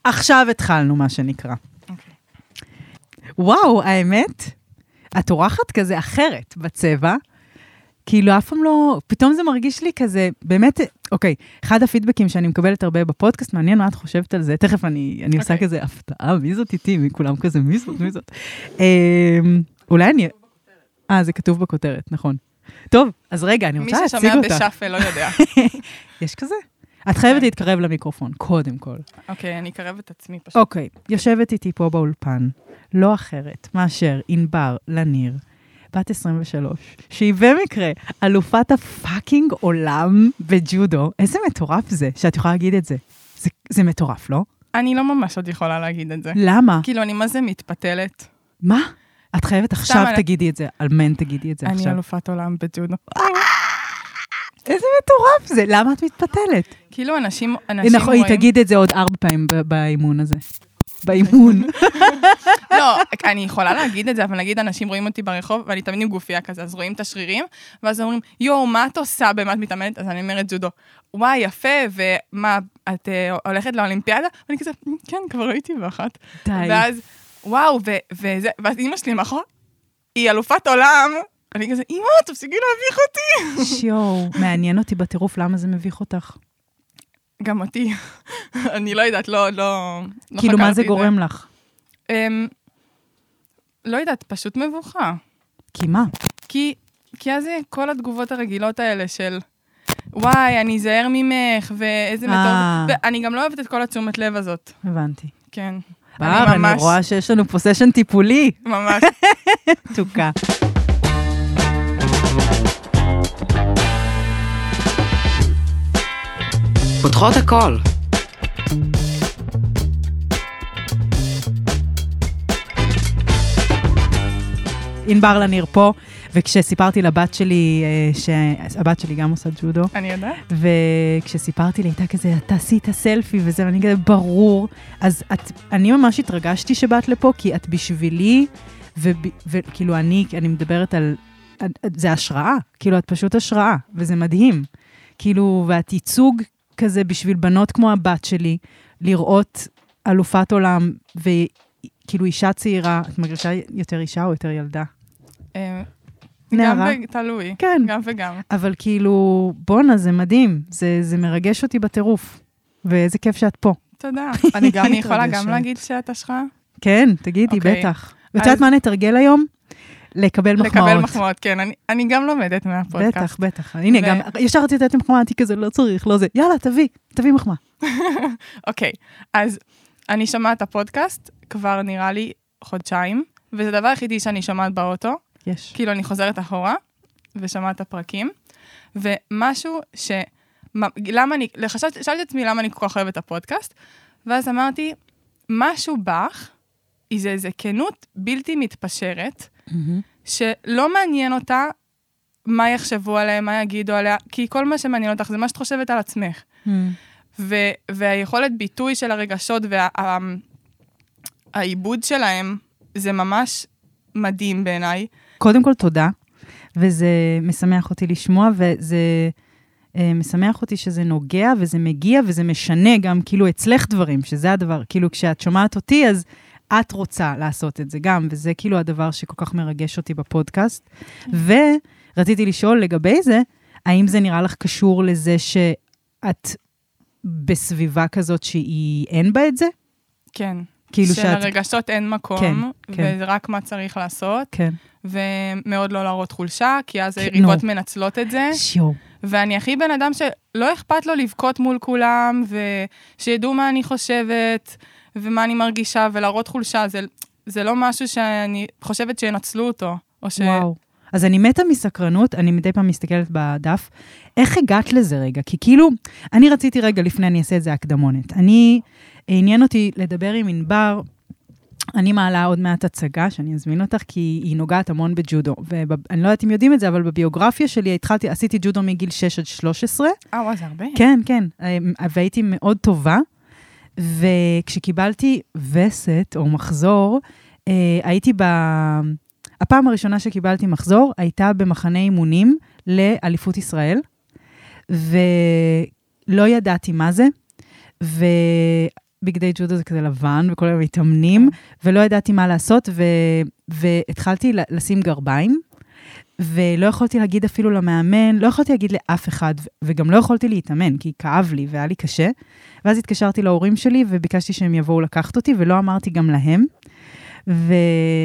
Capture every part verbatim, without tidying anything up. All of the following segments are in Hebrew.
עכשיו התחלנו, מה שנקרא. אוקיי. וואו, האמת, את אורחת כזה אחרת בצבע, כאילו אף פעם לא, פתאום זה מרגיש לי כזה, באמת, אוקיי, אחד הפידבקים שאני מקבלת הרבה בפודקאסט, מעניין מה את חושבת על זה, תכף אני, אני עושה כזה הפתעה, מי זאת איתי, מי כולם כזה, מי זאת, מי זאת. אולי אני, אה, זה כתוב בכותרת, נכון. טוב, אז רגע, אני רוצה להציג אותך. מי ששומע בשאפל לא יודע. יש כזה? את חייבת להתקרב למיקרופון, קודם כל. אוקיי, אני אקרב את עצמי פשוט. אוקיי, יושבת איתי פה באולפן, לא אחרת, מאשר ענבר לניר, בת עשרים ושלוש, שהיא במקרה אלופת הפאקינג עולם בג'ודו. איזה מטורף זה, שאת יכולה להגיד את זה. זה, זה מטורף, לא? אני לא ממש עוד יכולה להגיד את זה. למה? כאילו, אני מה זה מתפתלת. מה? את חייבת עכשיו תגידי את זה, על מן תגידי את זה עכשיו. אני אלופת עולם בג'ודו. איזה מטורף זה, למה את מתפתלת? כאילו, אנשים רואים... נכון, היא תגיד את זה עוד ארבע פעמים באימון הזה. באימון. לא, אני יכולה להגיד את זה, אבל נגיד אנשים רואים אותי ברחוב, ואני תמיד עם גופייה כזה, אז רואים את השרירים, ואז אומרים, יואו, מה את עושה במה את מתאמנת? אז אני אומרת ג'ודו, וואי, יפה, ומה, את הולכת לאולימפיאדה? ואני כזה, כן, כבר ראיתי באחת. די. ואז, וואו, וזה, ואז אמא שלי מאחור, היא אלופת עולם, אני כזה, אמא, תפסיקי להביך אותי. שיו, מעניין אותי בטירוף, למה זה מביך אותך? גם אותי. אני לא יודעת, לא, לא, לא כאילו, מה זה גורם לך? לא יודעת, פשוט מבוכה. כי מה? כי, כי אז זה כל התגובות הרגילות האלה של, וואי, אני זהר ממך, ואיזה מטור... ואני גם לא אוהבת את כל התשומת לב הזאת. הבנתי. כן. בר, אני, ממש... אני רואה שיש לנו פה סשן טיפולי. ממש. תוקה. פותחות הכל. ענבר לניר פה, וכשסיפרתי לבת שלי, שהבת שלי גם עושה ג'ודו. אני יודעת. וכשסיפרתי לי, הייתה כזה, תעשי את הסלפי וזה, ואני כזה, ברור. אז את, אני ממש התרגשתי שבאת לפה, כי את בשבילי, וכאילו אני, אני מדברת על, זה השראה, כאילו את פשוט השראה, וזה מדהים. כאילו, ואת ייצוג כזה בשביל בנות כמו הבת שלי, לראות אלופת עולם, וכאילו אישה צעירה, את מרגישה יותר אישה או יותר ילדה? גם ותלוי. כן. גם וגם. אבל כאילו, בונה, זה מדהים. זה, זה מרגש אותי בטירוף. ואיזה כיף שאת פה. תודה. אני גם, אני יכולה גם להגיד שאת השראה? כן, תגידי, בטח. ואת יודעת מה נתרגל היום? לקבל מחמאות. לקבל מחמאות, כן. אני, אני גם לומדת מהפודקאסט. בטח, בטח. הנה, גם, ישר רציתי לתת מחמאה, אני כזה, לא צריך, לא זה. יאללה, תביא, תביא מחמאה. אוקיי, אז אני שומעת את הפודקאסט, כבר נראה לי חודשיים, וזה דבר היחידי שאני שומעת באוטו. יש. כאילו אני חוזרת אחורה, ושמעת את הפרקים, ומשהו ש... למה אני... לחשבתי, שאלתי את עצמי למה אני כל כך אוהבת את הפודקאסט, ואז אמרתי, משהו בך, זה איזה כנות בלתי מתפשרת, שלא מעניין אותה מה יחשבו עליה, מה יגידו עליה, כי כל מה שמעניין אותך זה מה שאת חושבת על עצמך. והיכולת ביטוי של הרגשות והעיבוד שלהם, זה ממש מדהים בעיניי. קודם כל תודה, וזה משמח אותי לשמוע, וזה משמח אותי שזה נוגע, וזה מגיע, וזה משנה גם כאילו אצלך דברים, שזה הדבר, כאילו כשאת שומעת אותי, אז את רוצה לעשות את זה גם, וזה כאילו הדבר שכל כך מרגש אותי בפודקאסט. ורציתי לשאול לגבי זה, האם זה נראה לך קשור לזה שאת בסביבה כזאת שהיא אין בה את זה? כן. כאילו שלרגשות אין מקום, כן, כן. וזה רק מה צריך לעשות. כן. ומאוד לא להראות חולשה, כי אז היריבות no. מנצלות את זה. שיו. ואני הכי בן אדם שלא אכפת לו לבכות מול כולם, ושידעו מה אני חושבת, ומה אני מרגישה, ולהראות חולשה. זה, זה לא משהו שאני חושבת שינצלו אותו. או ש... וואו. אז אני מתה מסקרנות, אני מדי פעם מסתכלת בדף. איך הגעת לזה רגע? כי כאילו, אני רציתי רגע לפני, אני אעשה את זה הקדמונת. אני, עניין אותי לדבר עם ענבר, אני מעלה עוד מעט הצגה, שאני אזמין אותך, כי היא נוגעת המון בג'ודו. ואני לא יודעת אם יודעים את זה, אבל בביוגרפיה שלי התחלתי, עשיתי ג'ודו מגיל שש עד שלוש עשרה. אה, וואי, זה הרבה. כן, כן. והייתי מאוד טובה. וכשקיבלתי וסת או מחזור, הייתי ב... הפעם הראשונה שקיבלתי מחזור, הייתה במחנה אימונים לאליפות ישראל, ולא ידעתי מה זה, בגדי ג'ודו זה כזה לבן, וכל היום מתאמנים, ולא ידעתי מה לעשות, ו... והתחלתי לשים גרביים, ולא יכולתי להגיד אפילו למאמן, לא יכולתי להגיד לאף אחד, וגם לא יכולתי להתאמן, כי כאב לי והיה לי קשה. ואז התקשרתי להורים שלי, וביקשתי שהם יבואו לקחת אותי, ולא אמרתי גם להם. ו...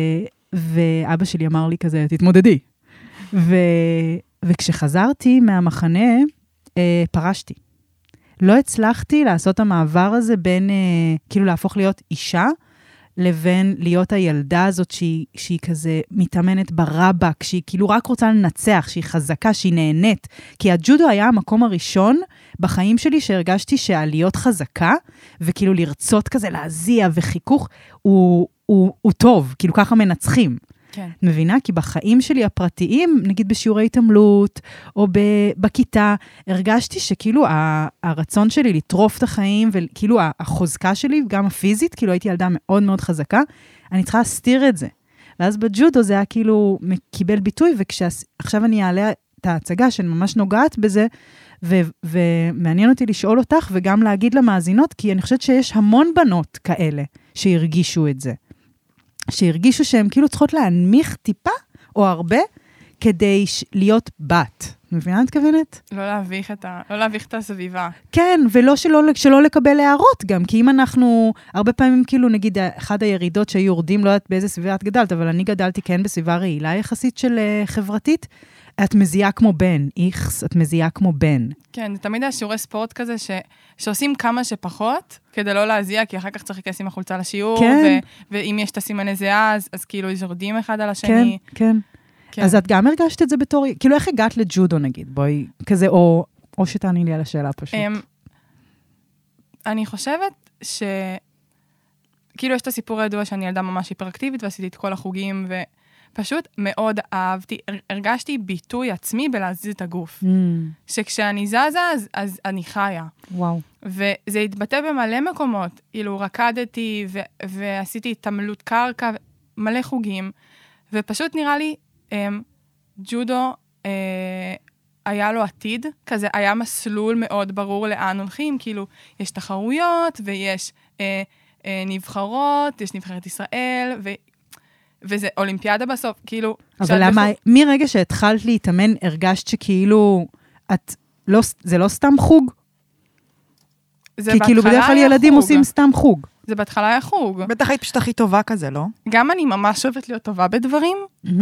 ואבא שלי אמר לי כזה, תתמודדי. ו... וכשחזרתי מהמחנה, אה, פרשתי. לא הצלחתי לעשות את המעבר הזה בין, אה, כאילו להפוך להיות אישה, לבין להיות הילדה הזאת שהיא, שהיא כזה מתאמנת ברבק, שהיא כאילו רק רוצה לנצח, שהיא חזקה, שהיא נהנית. כי הג'ודו היה המקום הראשון בחיים שלי שהרגשתי שהלהיות חזקה, וכאילו לרצות כזה להזיע וחיכוך, הוא, הוא, הוא טוב, כאילו ככה מנצחים. כן. מבינה? כי בחיים שלי הפרטיים, נגיד בשיעורי התעמלות, או בכיתה, הרגשתי שכאילו הרצון שלי לטרוף את החיים, וכאילו החוזקה שלי, גם הפיזית, כאילו הייתי ילדה מאוד מאוד חזקה, אני צריכה להסתיר את זה. ואז בג'ודו זה היה כאילו קיבל ביטוי, וכשעכשיו אני אעלה את ההצגה שאני ממש נוגעת בזה, ו- ומעניין אותי לשאול אותך, וגם להגיד למאזינות, כי אני חושבת שיש המון בנות כאלה שהרגישו את זה. שהרגישו שהן כאילו צריכות להנמיך טיפה, או הרבה, כדי להיות בת. מבינה את כוונת? לא להביך את, ה... לא להביך את הסביבה. כן, ולא שלא, שלא לקבל הערות גם, כי אם אנחנו, הרבה פעמים כאילו, נגיד, אחד הירידות שהיו יורדים, לא יודעת באיזה סביבה את גדלת, אבל אני גדלתי כן בסביבה רעילה יחסית של uh, חברתית, את מזיעה כמו בן, איכס, את מזיעה כמו בן. כן, זה תמיד היה שיעורי ספורט כזה, ש... שעושים כמה שפחות, כדי לא להזיע, כי אחר כך צריך להיכנס עם החולצה לשיעור, כן. ו... ואם יש את הסימני זיעה, אז, אז כאילו יורדים אחד על השני. כן, כן. כן. אז את גם הרגשת את זה בתור, כאילו איך הגעת לג'ודו נגיד, בואי, כזה, או, או שתעני לי על השאלה פשוט. Um, אני חושבת ש... כאילו יש את הסיפור הידוע שאני ילדה ממש היפראקטיבית, ועשיתי את כל החוגים, ופשוט מאוד אהבתי, הרגשתי ביטוי עצמי בלהזיז את הגוף. Mm. שכשאני זזה, אז, אז אני חיה. וואו. וזה התבטא במלא מקומות, כאילו רקדתי, ו... ועשיתי התעמלות קרקע, מלא חוגים, ופשוט נראה לי, ג'ודו היה לו עתיד, כזה היה מסלול מאוד ברור לאן הולכים, כאילו יש תחרויות ויש נבחרות, יש נבחרת ישראל, וזה אולימפיאדה בסוף, כאילו... אבל למה, מרגע שהתחלת להתאמן, הרגשת שכאילו, זה לא סתם חוג? כי כאילו בדרך כלל ילדים עושים סתם חוג. זה בהתחלה היה חוג. בטח היית פשוט הכי טובה כזה, לא? גם אני ממש אוהבת להיות טובה בדברים,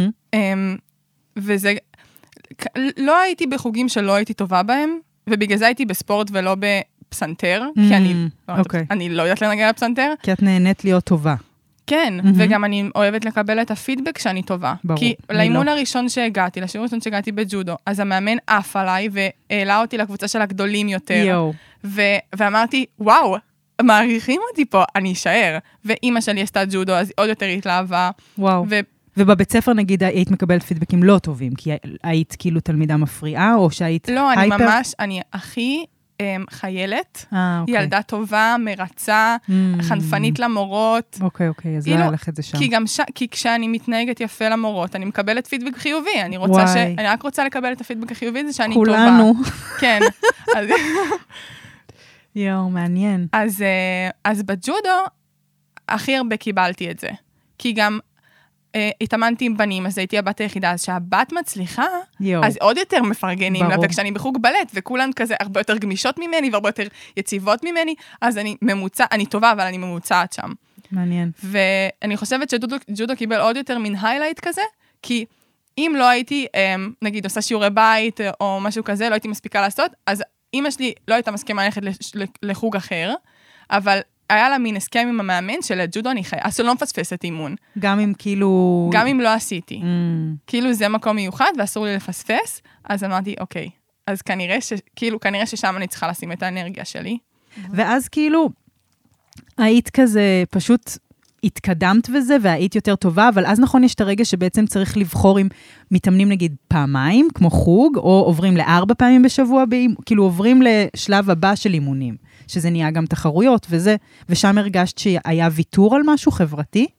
וזה, לא הייתי בחוגים שלא הייתי טובה בהם, ובגלל זה הייתי בספורט ולא בפסנתר, כי אני לא יודעת לנגן על פסנתר. כי את נהנית להיות טובה. כן, וגם אני אוהבת לקבל את הפידבק שאני טובה. ברור. כי לאימון הראשון שהגעתי, לשיעור הראשון שהגעתי בג'ודו, אז המאמן עף עליי, והעלה אותי לקבוצה של הגדולים יותר. ואמרתי, וואו, מעריכים אותי פה, אני אשאר. ואימא שלי עשתה ג'ודו, אז עוד יותר התלהבה. וואו. ו... ובבית ספר, נגיד, היית מקבלת פידבקים לא טובים, כי היית כאילו תלמידה מפריעה, או שהיית לא, הייפר? לא, אני ממש, אני הכי um, חיילת, 아, אוקיי. ילדה טובה, מרצה, mm. חנפנית למורות. אוקיי, אוקיי, אז לא היה לך את זה שם. כי, גם ש... כי כשאני מתנהגת יפה למורות, אני מקבלת פידבק חיובי. אני, רוצה ש... אני רק רוצה לקבל את הפידבק החיובי, זה שאני כולנו. טובה. כולנו. כן. אז... יואו, מעניין. אז, אז בג'ודו, הכי הרבה קיבלתי את זה. כי גם אה, התאמנתי עם בנים, אז הייתי הבת היחידה, אז שהבת מצליחה, יו. אז עוד יותר מפרגנים לה, וכשאני בחוג בלט, וכולן כזה הרבה יותר גמישות ממני, והרבה יותר יציבות ממני, אז אני ממוצע, אני טובה, אבל אני ממוצעת שם. מעניין. ואני חושבת שג'ודו קיבל עוד יותר מין היילייט כזה, כי אם לא הייתי, אה, נגיד, עושה שיעורי בית, או משהו כזה, לא הייתי מספיקה לעשות, אז אמא שלי לא הייתה מסכימה ללכת לחוג אחר, אבל היה לה מין הסכם עם המאמן של הג'ודו אני חיה, אז לא מפספסת אימון. גם אם כאילו... גם אם לא עשיתי. Mm. כאילו זה מקום מיוחד ואסור לי לפספס, אז אמרתי, אוקיי, אז כנראה, ש, כאילו, כנראה ששם אני צריכה לשים את האנרגיה שלי. ואז כאילו, היית כזה פשוט... התקדמת וזה, והיית יותר טובה, אבל אז נכון יש את הרגע שבעצם צריך לבחור אם מתאמנים נגיד פעמיים, כמו חוג, או עוברים לארבע פעמים בשבוע, כאילו עוברים לשלב הבא של אימונים, שזה נהיה גם תחרויות וזה, ושם הרגשת שהיה ויתור על משהו חברתי?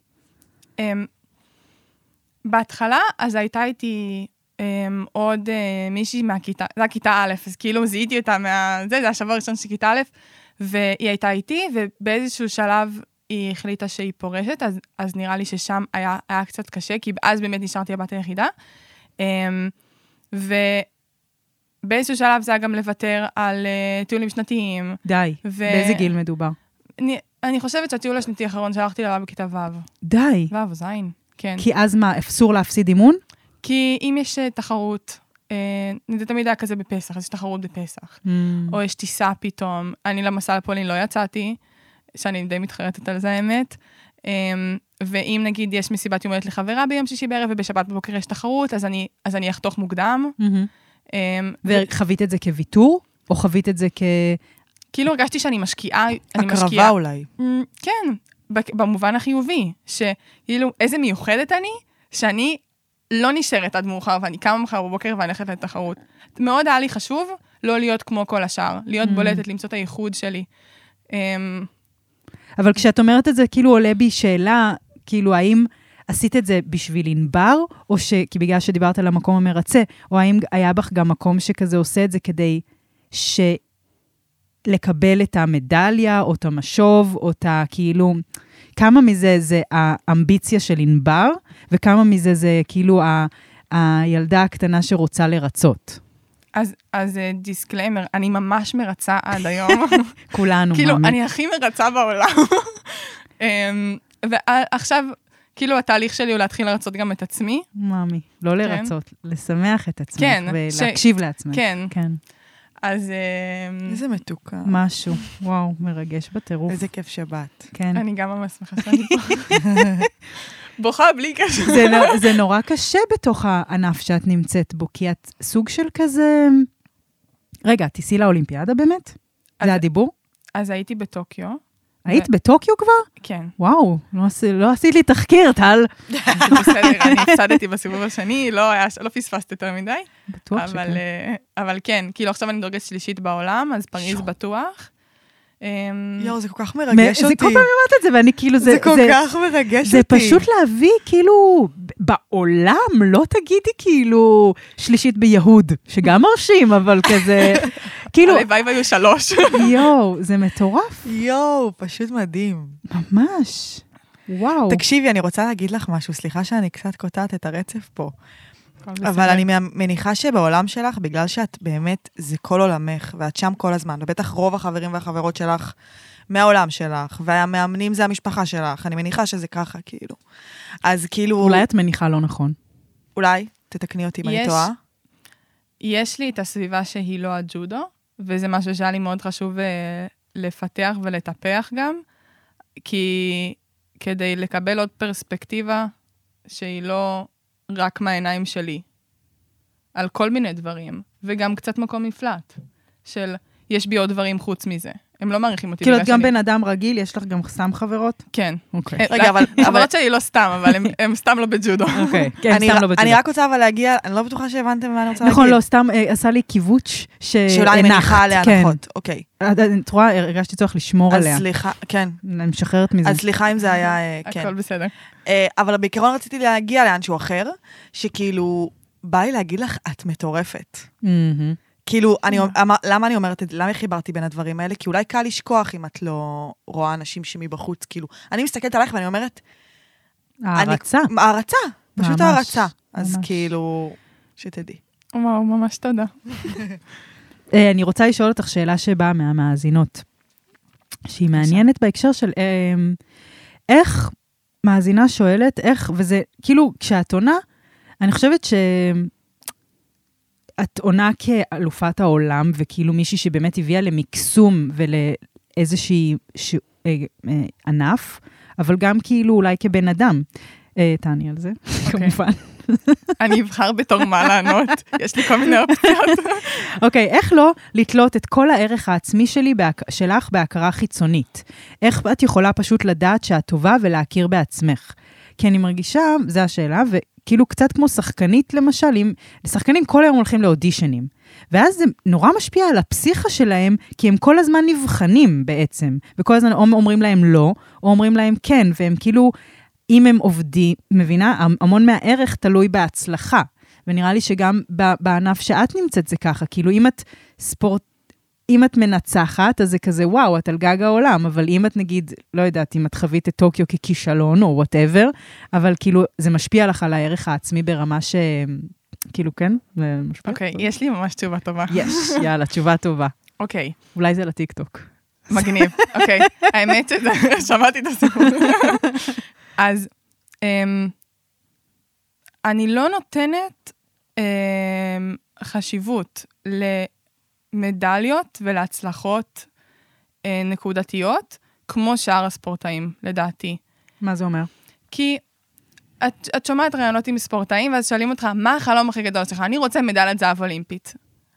בהתחלה, אז הייתה איתי עוד מישהי מהכיתה, זה הכיתה א', אז כאילו זיהיתי אותה מה... זה, זה השבוע הראשון של כיתה א', והיא הייתה איתי, ובאיזשהו שלב היא החליטה שהיא פורשת, אז, אז נראה לי ששם היה, היה קצת קשה, כי אז באמת נשארתי הבת היחידה. ובאיזשהו שלב זה היה גם לוותר על uh, טיולים שנתיים. די, ו... באיזה גיל מדובר? אני, אני חושבת שהטיול השנתי האחרון שהלכתי לבא בכיתה ו'. די. ו' או זין, כן. כי אז מה, אסור להפסיד אימון? כי אם יש תחרות, אה, זה תמיד היה כזה בפסח, אז יש תחרות בפסח. Mm. או יש טיסה פתאום. אני למסע לפולין לא יצאתי, שאני די מתחרטת על זה האמת. אה, ואם נגיד יש מסיבת יום הולדת לחברה ביום שישי בערב, ובשבת בבוקר יש תחרות, אז אני, אז אני אחתוך מוקדם. Mm-hmm. אה, וחווית את זה כוויתור? או חווית את זה כ... כאילו הרגשתי שאני משקיעה, אני משקיעה. הקרבה אולי. כן, במובן החיובי, שכאילו איזה מיוחדת אני, שאני לא נשארת עד מאוחר, ואני קמה מחר בבוקר ואני הולכת לתחרות. מאוד היה לי חשוב לא להיות כמו כל השאר, להיות בולטת, למצוא את הייחוד שלי. אבל כשאת אומרת את זה, כאילו עולה בי שאלה, כאילו האם עשית את זה בשביל ענבר, או ש... כי בגלל שדיברת על המקום המרצה, או האם היה בך גם מקום שכזה עושה את זה כדי ש... לקבל את המדליה, או את המשוב, או את ה... כאילו... כמה מזה זה האמביציה של ענבר, וכמה מזה זה כאילו ה... הילדה הקטנה שרוצה לרצות. אז, אז דיסקליימר, אני ממש מרצה עד היום. כולנו, כאילו, מאמי. אני הכי מרצה בעולם. ועכשיו, כאילו, התהליך שלי הוא להתחיל לרצות גם את עצמי. מאמי, לא לרצות, לשמח את עצמך, כן, ולהקשיב לעצמך. כן. כן. אז... איזה מתוקה. משהו, וואו, מרגש בטירוף. איזה כיף שבאת. כן. אני גם ממש שמחה שאני פה. בוכה בלי קשה. זה נורא קשה בתוך הענף שאת נמצאת בו, כי את סוג של כזה... רגע, תיסי לאולימפיאדה באמת? זה הדיבור? אז הייתי בטוקיו. היית בטוקיו כבר? כן. וואו, לא עשית לי תחקיר, טל. זה בסדר, אני הפסדתי בסיבוב השני, לא פספסת יותר מדי. בטוח שכן. אבל כן, כאילו עכשיו אני מדורגת שלישית בעולם, אז פריז בטוח. יואו, זה כל כך מרגש אותי. זה כל פעם אמרת את זה, ואני כאילו... זה כל כך מרגש אותי. זה פשוט להביא, כאילו, בעולם, לא תגידי כאילו שלישית ביהוד, שגם מרשים, אבל כזה... כאילו... הלוואי והיו שלוש. יואו, זה מטורף. יואו, פשוט מדהים. ממש. וואו. תקשיבי, אני רוצה להגיד לך משהו, סליחה שאני קצת קוטעת את הרצף פה. אבל אני מניחה שבעולם שלך, בגלל שאת באמת, זה כל עולמך, ואת שם כל הזמן, ובטח רוב החברים והחברות שלך, מהעולם שלך, והמאמנים זה המשפחה שלך, אני מניחה שזה ככה, כאילו. אז כאילו... אולי את מניחה לא נכון. אולי, תתקני אותי אם אני טועה. יש לי את הסביבה שהיא לא הג'ודו, וזה משהו שהיה לי מאוד חשוב לפתח ולטפח גם, כי כדי לקבל עוד פרספקטיבה שהיא לא רק מהעיניים שלי, על כל מיני דברים, וגם קצת מקום מפלט, של יש בי עוד דברים חוץ מזה. הם לא מעריכים אותי. כאילו את גם בן אדם רגיל, יש לך גם סתם חברות? כן. אוקיי. רגע, אבל... חברות שלי לא סתם, אבל הם סתם לא בג'ודו. אוקיי, כן, סתם לא בג'ודו. אני רק רוצה אבל להגיע, אני לא בטוחה שהבנתם מה אני רוצה להגיד. נכון, לא, סתם עשה לי קיבוץ שהנחת. שאולי אני מניחה עליה הנחות, אוקיי. את רואה, הרגשתי צורך לשמור עליה. אז סליחה, כן. אני משחררת מזה. אז סליחה אם זה היה, כן. הכל בסדר. אבל בעיקרון רציתי להגיע לאנשהו אחר, שכאילו, בא לי להגיד לך, את מטורפת. כאילו, אני, למה אני אומרת את זה? למה חיברתי בין הדברים האלה? כי אולי קל לשכוח אם את לא רואה אנשים שמבחוץ, כאילו, אני מסתכלת עליך ואני אומרת... הערצה. הערצה, פשוט הערצה. אז כאילו, שתדעי. וואו, ממש תודה. אני רוצה לשאול אותך שאלה שבאה מהמאזינות, שהיא מעניינת בהקשר של איך מאזינה שואלת, איך, וזה כאילו, כשאת עונה, אני חושבת ש... את עונה כאלופת העולם, וכאילו מישהי שבאמת הביאה למקסום ולאיזושהי ש... ענף, אבל גם כאילו אולי כבן אדם. תעני על זה, כמובן. אני אבחר בתור מה לענות, יש לי כל מיני אופציות. אוקיי, איך לא לתלות את כל הערך העצמי שלי, שלך בהכרה חיצונית? איך את יכולה פשוט לדעת שאת טובה ולהכיר בעצמך? כי אני מרגישה, זו השאלה, וכאילו קצת כמו שחקנית למשל, אם שחקנים כל היום הולכים לאודישנים, ואז זה נורא משפיע על הפסיכה שלהם, כי הם כל הזמן נבחנים בעצם, וכל הזמן אומרים להם לא, או אומרים להם כן, והם כאילו, אם הם עובדים, מבינה, המון מהערך תלוי בהצלחה, ונראה לי שגם בענף שאת נמצאת זה ככה, כאילו אם את ספורט, אם את מנצחת, אז זה כזה, וואו, את על גג העולם, אבל אם את נגיד, לא יודעת, אם את חווית את טוקיו ככישלון, או whatever, אבל כאילו, זה משפיע לך על הערך העצמי ברמה ש... כאילו, כן? זה משפיע. אוקיי, יש לי ממש תשובה טובה. יש, יאללה, תשובה טובה. אוקיי. אולי זה לטיקטוק. מגניב, אוקיי. האמת שזה, שמעתי את הסיפור. אז, אני לא נותנת חשיבות למדליות ולהצלחות נקודתיות, כמו שאר הספורטאים, לדעתי. מה זה אומר? כי את, את שומעת רעיונות עם ספורטאים, ואז שואלים אותך, מה החלום הכי גדול שלך? אני רוצה מדליית זהב אולימפית.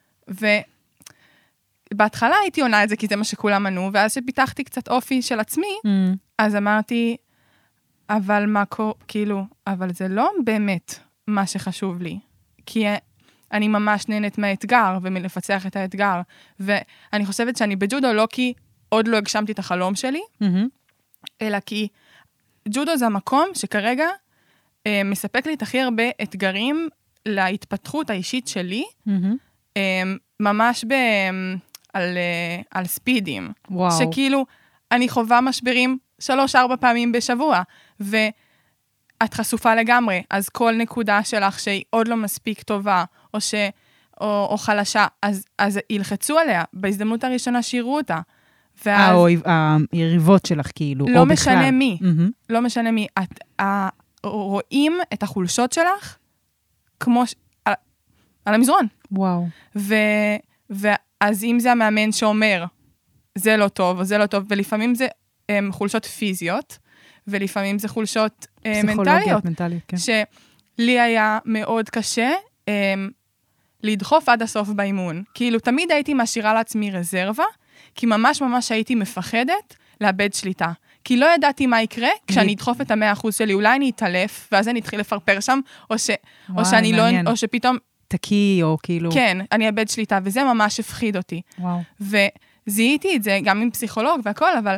ובהתחלה הייתי עונה את זה, כי זה מה שכולם ענו, ואז שפיתחתי קצת אופי של עצמי, mm. אז אמרתי, אבל מה, כאילו, אבל זה לא באמת מה שחשוב לי. כי אני ממש נהנית מהאתגר, ומלפצח את האתגר. ואני חושבת שאני בג'ודו לא כי עוד לא הגשמתי את החלום שלי, mm-hmm. אלא כי ג'ודו זה המקום שכרגע אה, מספק לי את הכי הרבה אתגרים להתפתחות האישית שלי, mm-hmm. אה, ממש ב, על, אה, על ספידים. וואו. שכאילו, אני חובה משברים שלוש-ארבע פעמים בשבוע, ואת חשופה לגמרי, אז כל נקודה שלך שהיא עוד לא מספיק טובה, או, ש, או, או חלשה, אז, אז ילחצו עליה, בהזדמנות הראשונה שיראו אותה. ואז... היריבות שלך כאילו, לא משנה מי, לא משנה מי. את, רואים את החולשות שלך, כמו, על, על המזרון. וואו. ו, ואז אם זה המאמן שאומר, זה לא טוב, או זה לא טוב, ולפעמים זה um, חולשות פיזיות, ולפעמים זה חולשות uh, מנטליות. מנטליות, כן. שלי היה מאוד קשה um, לדחוף עד הסוף באימון. כאילו, תמיד הייתי משאירה לעצמי רזרבה, כי ממש ממש הייתי מפחדת לאבד שליטה. כי לא ידעתי מה יקרה כשאני אדחוף את המאה אחוז שלי. אולי אני אתעלף, ואז אני אתחיל לפרפר שם, או, ש, וואי, או שאני מעניין. לא, או שפתאום... תקי, או כאילו... כן, אני אאבד שליטה, וזה ממש הפחיד אותי. וואו. וזיהיתי את זה גם עם פסיכולוג והכל, אבל...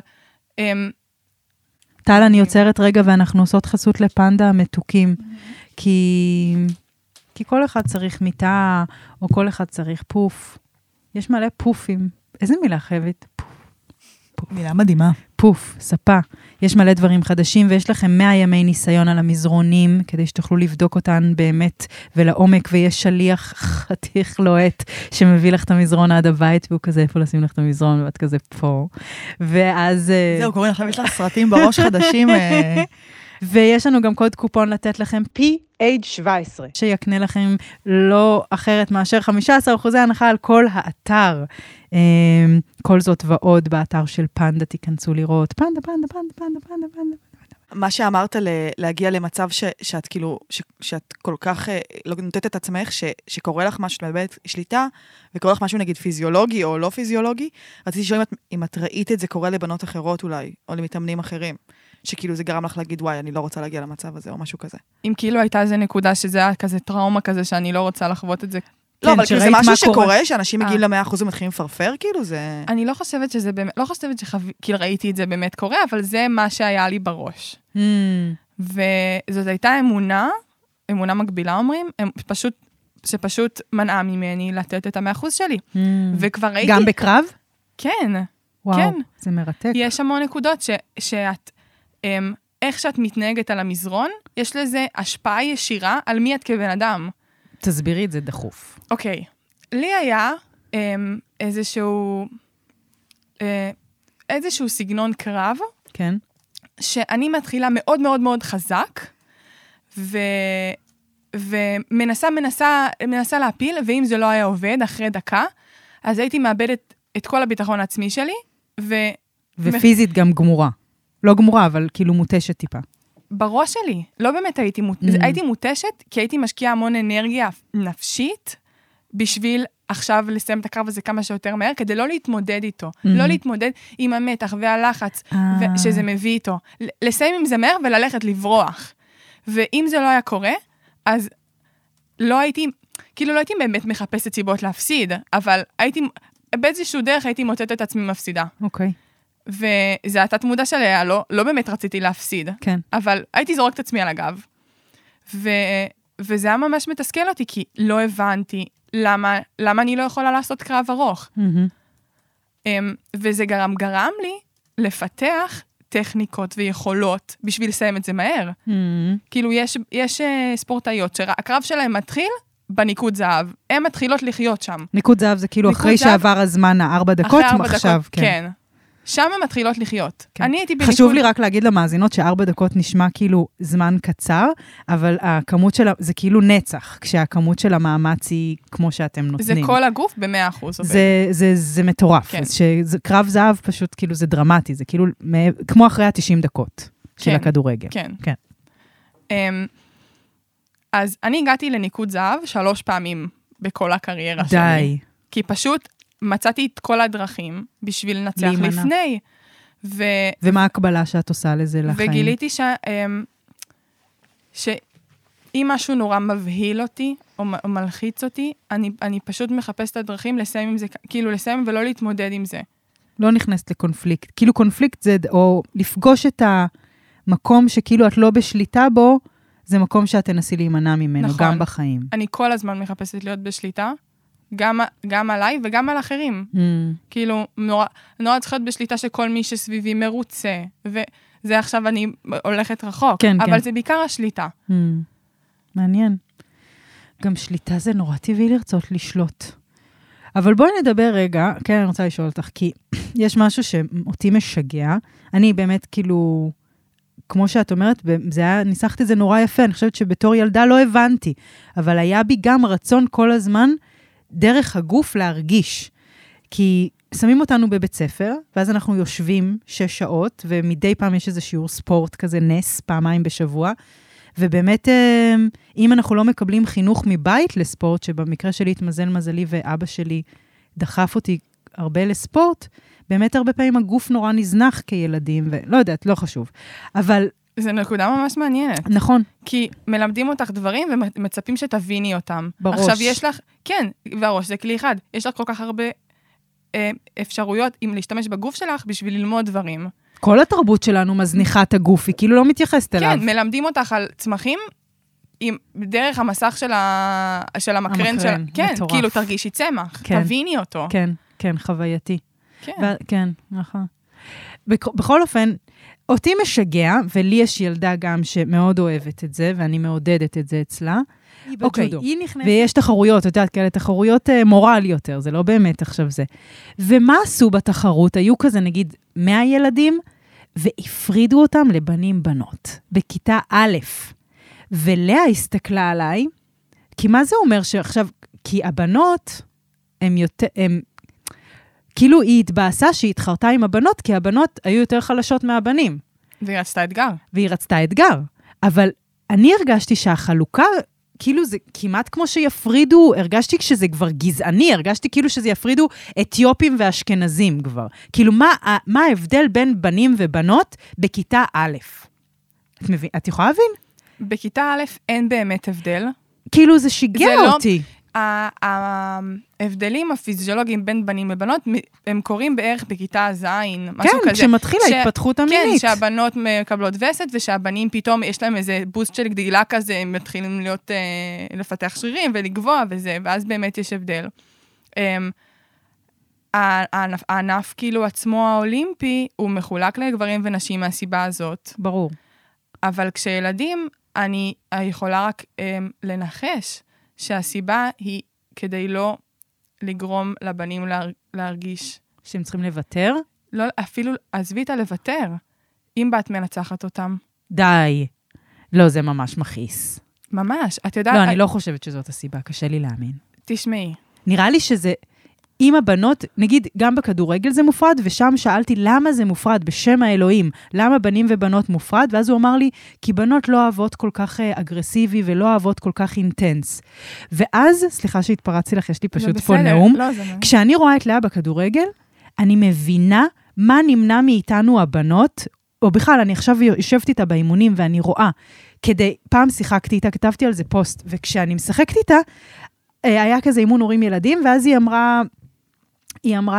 טל, אני יוצרת רגע, ואנחנו עושות חסות לפנדה המתוקים, כי... כי כל אחד צריך מיטה, או כל אחד צריך פוף. יש מלא פופים. איזה מילה חייבת? פוף. פוף. מילה מדהימה. פוף, ספה. יש מלא דברים חדשים, ויש לכם מאה ימי ניסיון על המזרונים, כדי שתוכלו לבדוק אותן באמת ולעומק, ויש שליח חתיך לוהט, שמביא לך את המזרון עד הבית, והוא כזה, איפה לשים לך את המזרון, ואת כזה פה. ואז... זהו, קוראים לכם, יש לך סרטים בראש חדשים. ויש לנו גם קוד קופון לתת לכם פי אייץ' שבע עשרה, שיקנה לכם לא אחרת מאשר חמישה עשר אחוזי הנחה על כל האתר. כל זאת ועוד באתר של פנדה, תיכנסו לראות. פנדה, פנדה, פנדה, פנדה, פנדה, פנדה. מה שאמרת להגיע למצב שאת כאילו, שאת כל כך לא נותנת את עצמך, שקורה לך משהו, מאבדת שליטה, וקורה לך משהו נגיד פיזיולוגי או לא פיזיולוגי, רציתי לשאול אם את ראית את זה קורה לבנות אחרות אולי, או למתאמנים אחרים. שכאילו זה גרם לך להגיד, וואי, אני לא רוצה להגיע למצב הזה, או משהו כזה. אם כאילו הייתה איזו נקודה שזה היה כזה טראומה כזה, שאני לא רוצה לחוות את זה. לא, אבל כאילו זה משהו שקורה, שאנשים מגיעים ל-מאה אחוז ומתחילים לפרפר, כאילו זה... אני לא חושבת שזה באמת, לא חושבת שכאילו ראיתי את זה באמת קורה, אבל זה מה שהיה לי בראש. וזאת הייתה אמונה, אמונה מקבילה אומרים, פשוט, שפשוט מנעה ממני לתת את ה-מאה אחוז שלי. וכבר ראיתי... גם בקרב? כן. וואו, זה מרתק. יש המון נקודות שאת... איך שאת מתנהגת על המזרון, יש לזה השפעה ישירה על מי את כבן אדם. תסבירי את זה דחוף. אוקיי. לי היה איזשהו, איזשהו סגנון קרב, כן. שאני מתחילה מאוד מאוד מאוד חזק, ו, ומנסה, מנסה, מנסה להפיל, ואם זה לא היה עובד אחרי דקה, אז הייתי מאבדת את כל הביטחון העצמי שלי, ו... ופיזית גם גמורה. לא גמורה, אבל כאילו מוטשת טיפה. בראש שלי. לא באמת הייתי מוטשת. Mm. הייתי מוטשת, כי הייתי משקיעה המון אנרגיה נפשית, בשביל עכשיו לסיים את הקרב הזה כמה שיותר מהר, כדי לא להתמודד איתו. Mm. לא להתמודד עם המתח והלחץ, ah. שזה מביא איתו. לסיים עם זה מהר וללכת לברוח. ואם זה לא היה קורה, אז לא הייתי, כאילו לא הייתי באמת מחפשת סיבות להפסיד, אבל הייתי, באיזשהו דרך הייתי מוצאת את עצמי מפסידה. אוקיי. Okay. וזה הייתה תמודה שלי, לא, לא באמת רציתי להפסיד, כן. אבל הייתי זורק את עצמי על הגב. ו, וזה היה ממש מתסכל אותי, כי לא הבנתי למה, למה אני לא יכולה לעשות קרב ארוך. Mm-hmm. וזה גרם, גרם לי לפתח טכניקות ויכולות בשביל לסיים את זה מהר. כאילו, יש, יש ספורטאיות שהקרב שלהם מתחיל בניקוד זהב. הן מתחילות לחיות שם. ניקוד זהב זה כאילו אחרי שעבר הזמן הארבע דקות, עכשיו, כן. כן. שם הן מתחילות לחיות. כן. אני הייתי בניקוד... חשוב לי רק להגיד למאזינות שארבע דקות נשמע כאילו זמן קצר, אבל הכמות שלה, זה כאילו נצח, כשהכמות של המאמץ היא כמו שאתם נותנים. זה כל הגוף ב-מאה אחוז. זה, זה, זה מטורף. כן. אז שקרב זהב פשוט כאילו זה דרמטי, זה כאילו כמו אחרי ה-תשעים דקות של כן. הכדורגל. כן. כן. Um, אז אני הגעתי לניקוד זהב שלוש פעמים בכל הקריירה שלי. די. כי פשוט מצאתי את כל הדרכים בשביל לנצח להימנע. לפני. ו... ומה הקבלה שאת עושה לזה לחיים? וגיליתי ש... um, שאם משהו נורא מבהיל אותי, או, או מלחיץ אותי, אני, אני פשוט מחפש את הדרכים לסיים עם זה, כאילו לסיים ולא להתמודד עם זה. לא נכנסת לקונפליקט. כאילו קונפליקט זה, או לפגוש את המקום שכאילו את לא בשליטה בו, זה מקום שאת תנסי להימנע ממנו, נכון. גם בחיים. אני כל הזמן מחפשת להיות בשליטה, גם, גם עליי וגם על אחרים. Mm. כאילו, נורא, נורא צריך להיות בשליטה שכל מי שסביבי מרוצה, וזה עכשיו אני הולכת רחוק, כן, אבל כן. זה בעיקר השליטה. Mm. מעניין. גם שליטה זה נורא טבעי לרצות לשלוט. אבל בואי נדבר רגע, כן, אני רוצה לשאול אותך, כי יש משהו שאותי משגע, אני באמת כאילו... כמו שאת אומרת, זה היה, ניסחת את זה נורא יפה, אני חושבת שבתור ילדה לא הבנתי, אבל היה בי גם רצון כל הזמן, דרך הגוף להרגיש. כי שמים אותנו בבית ספר, ואז אנחנו יושבים שש שעות, ומדי פעם יש איזה שיעור ספורט כזה נס, פעמיים בשבוע, ובאמת, אם אנחנו לא מקבלים חינוך מבית לספורט, שבמקרה שלי התמזל מזלי, ואבא שלי דחף אותי הרבה לספורט, באמת הרבה פעמים הגוף נורא נזנח כילדים, ולא יודעת, לא חשוב. אבל... זה נקודה ממש מעניינת. נכון. כי מלמדים אותך דברים ומצפים שתביני אותם. בראש. עכשיו יש לך, כן, והראש זה כלי אחד. יש לך כל כך הרבה אה, אפשרויות אם להשתמש בגוף שלך בשביל ללמוד דברים. כל התרבות שלנו מזניחה את הגוף, היא כאילו לא מתייחסת אליו. כן, מלמדים אותך על צמחים, עם, דרך המסך של, ה, של המקרן. המקרן, של, כן, מטורף. כאילו תרגישי צמח, כן. תביני אותו. כן, כן, חווייתי. כן. ו- כן, נכון. בכ- בכל אופן, אותי משגע, ולי יש ילדה גם שמאוד אוהבת את זה, ואני מעודדת את זה אצלה. אוקיי, היא נכנסת. ויש תחרויות, את יודעת, כאלה תחרויות uh, מורל יותר, זה לא באמת עכשיו זה. ומה עשו בתחרות? היו כזה, נגיד, מאה ילדים, והפרידו אותם לבנים בנות, בכיתה א', ולאה הסתכלה עליי, כי מה זה אומר שעכשיו, כי הבנות, הם יותר, הם, כאילו היא התבאסה שהיא התחרתה עם הבנות, כי הבנות היו יותר חלשות מהבנים. והיא רצתה אתגר. והיא רצתה אתגר. אבל אני הרגשתי שהחלוקה, כאילו זה כמעט כמו שיפרידו, הרגשתי כשזה כבר גזעני, הרגשתי כאילו שזה יפרידו אתיופים ואשכנזים כבר. כאילו מה, מה ההבדל בין בנים ובנות בכיתה א'? את מבין? את יכולה להבין? בכיתה א' אין באמת הבדל. כאילו זה שיגע זה אותי. לא, ההבדלים הפיזיולוגיים בין בנים ובנות, הם קוראים בערך בכיתה זין, משהו כן, כזה. כן, כשמתחילה ההתפתחות המינית. כן, שהבנות מקבלות וסת, ושהבנים פתאום יש להם איזה בוסט של גדילה כזה, הם מתחילים להיות, אה, לפתח שרירים ולגבוה וזה, ואז באמת יש הבדל. אה, הענף, הענף כאילו עצמו האולימפי, הוא מחולק לגברים ונשים מהסיבה הזאת. ברור. אבל כשילדים, אני יכולה רק אה, לנחש, שהסיבה היא כדי לא לגרום לבנים להר, להרגיש. שהם צריכים לוותר? לא, אפילו, עזבי את הלוותר, אם בת מנצחת אותם. די. לא, זה ממש מכעיס. ממש, את יודעת... לא, אני לא חושבת שזאת הסיבה, קשה לי להאמין. תשמעי. נראה לי שזה, אם הבנות, נגיד, גם בכדורגל זה מופרד, ושם שאלתי למה זה מופרד, בשם האלוהים, למה בנים ובנות מופרד, ואז הוא אמר לי, כי בנות לא אוהבות כל כך אגרסיבי, ולא אוהבות כל כך אינטנס. ואז, סליחה שהתפרצתי לך, יש לי פשוט פה נאום, לא, זה כשאני רואה את לאה בכדורגל, אני מבינה מה נמנע מאיתנו הבנות, או בכלל, אני עכשיו יושבת איתה באימונים, ואני רואה, כדי, פעם שיחקתי איתה, כתבתי על זה פוסט, וכשאני משחקת איתה, היה כזה אימון הורים ילדים, ואז היא אמרה, היא אמרה לי,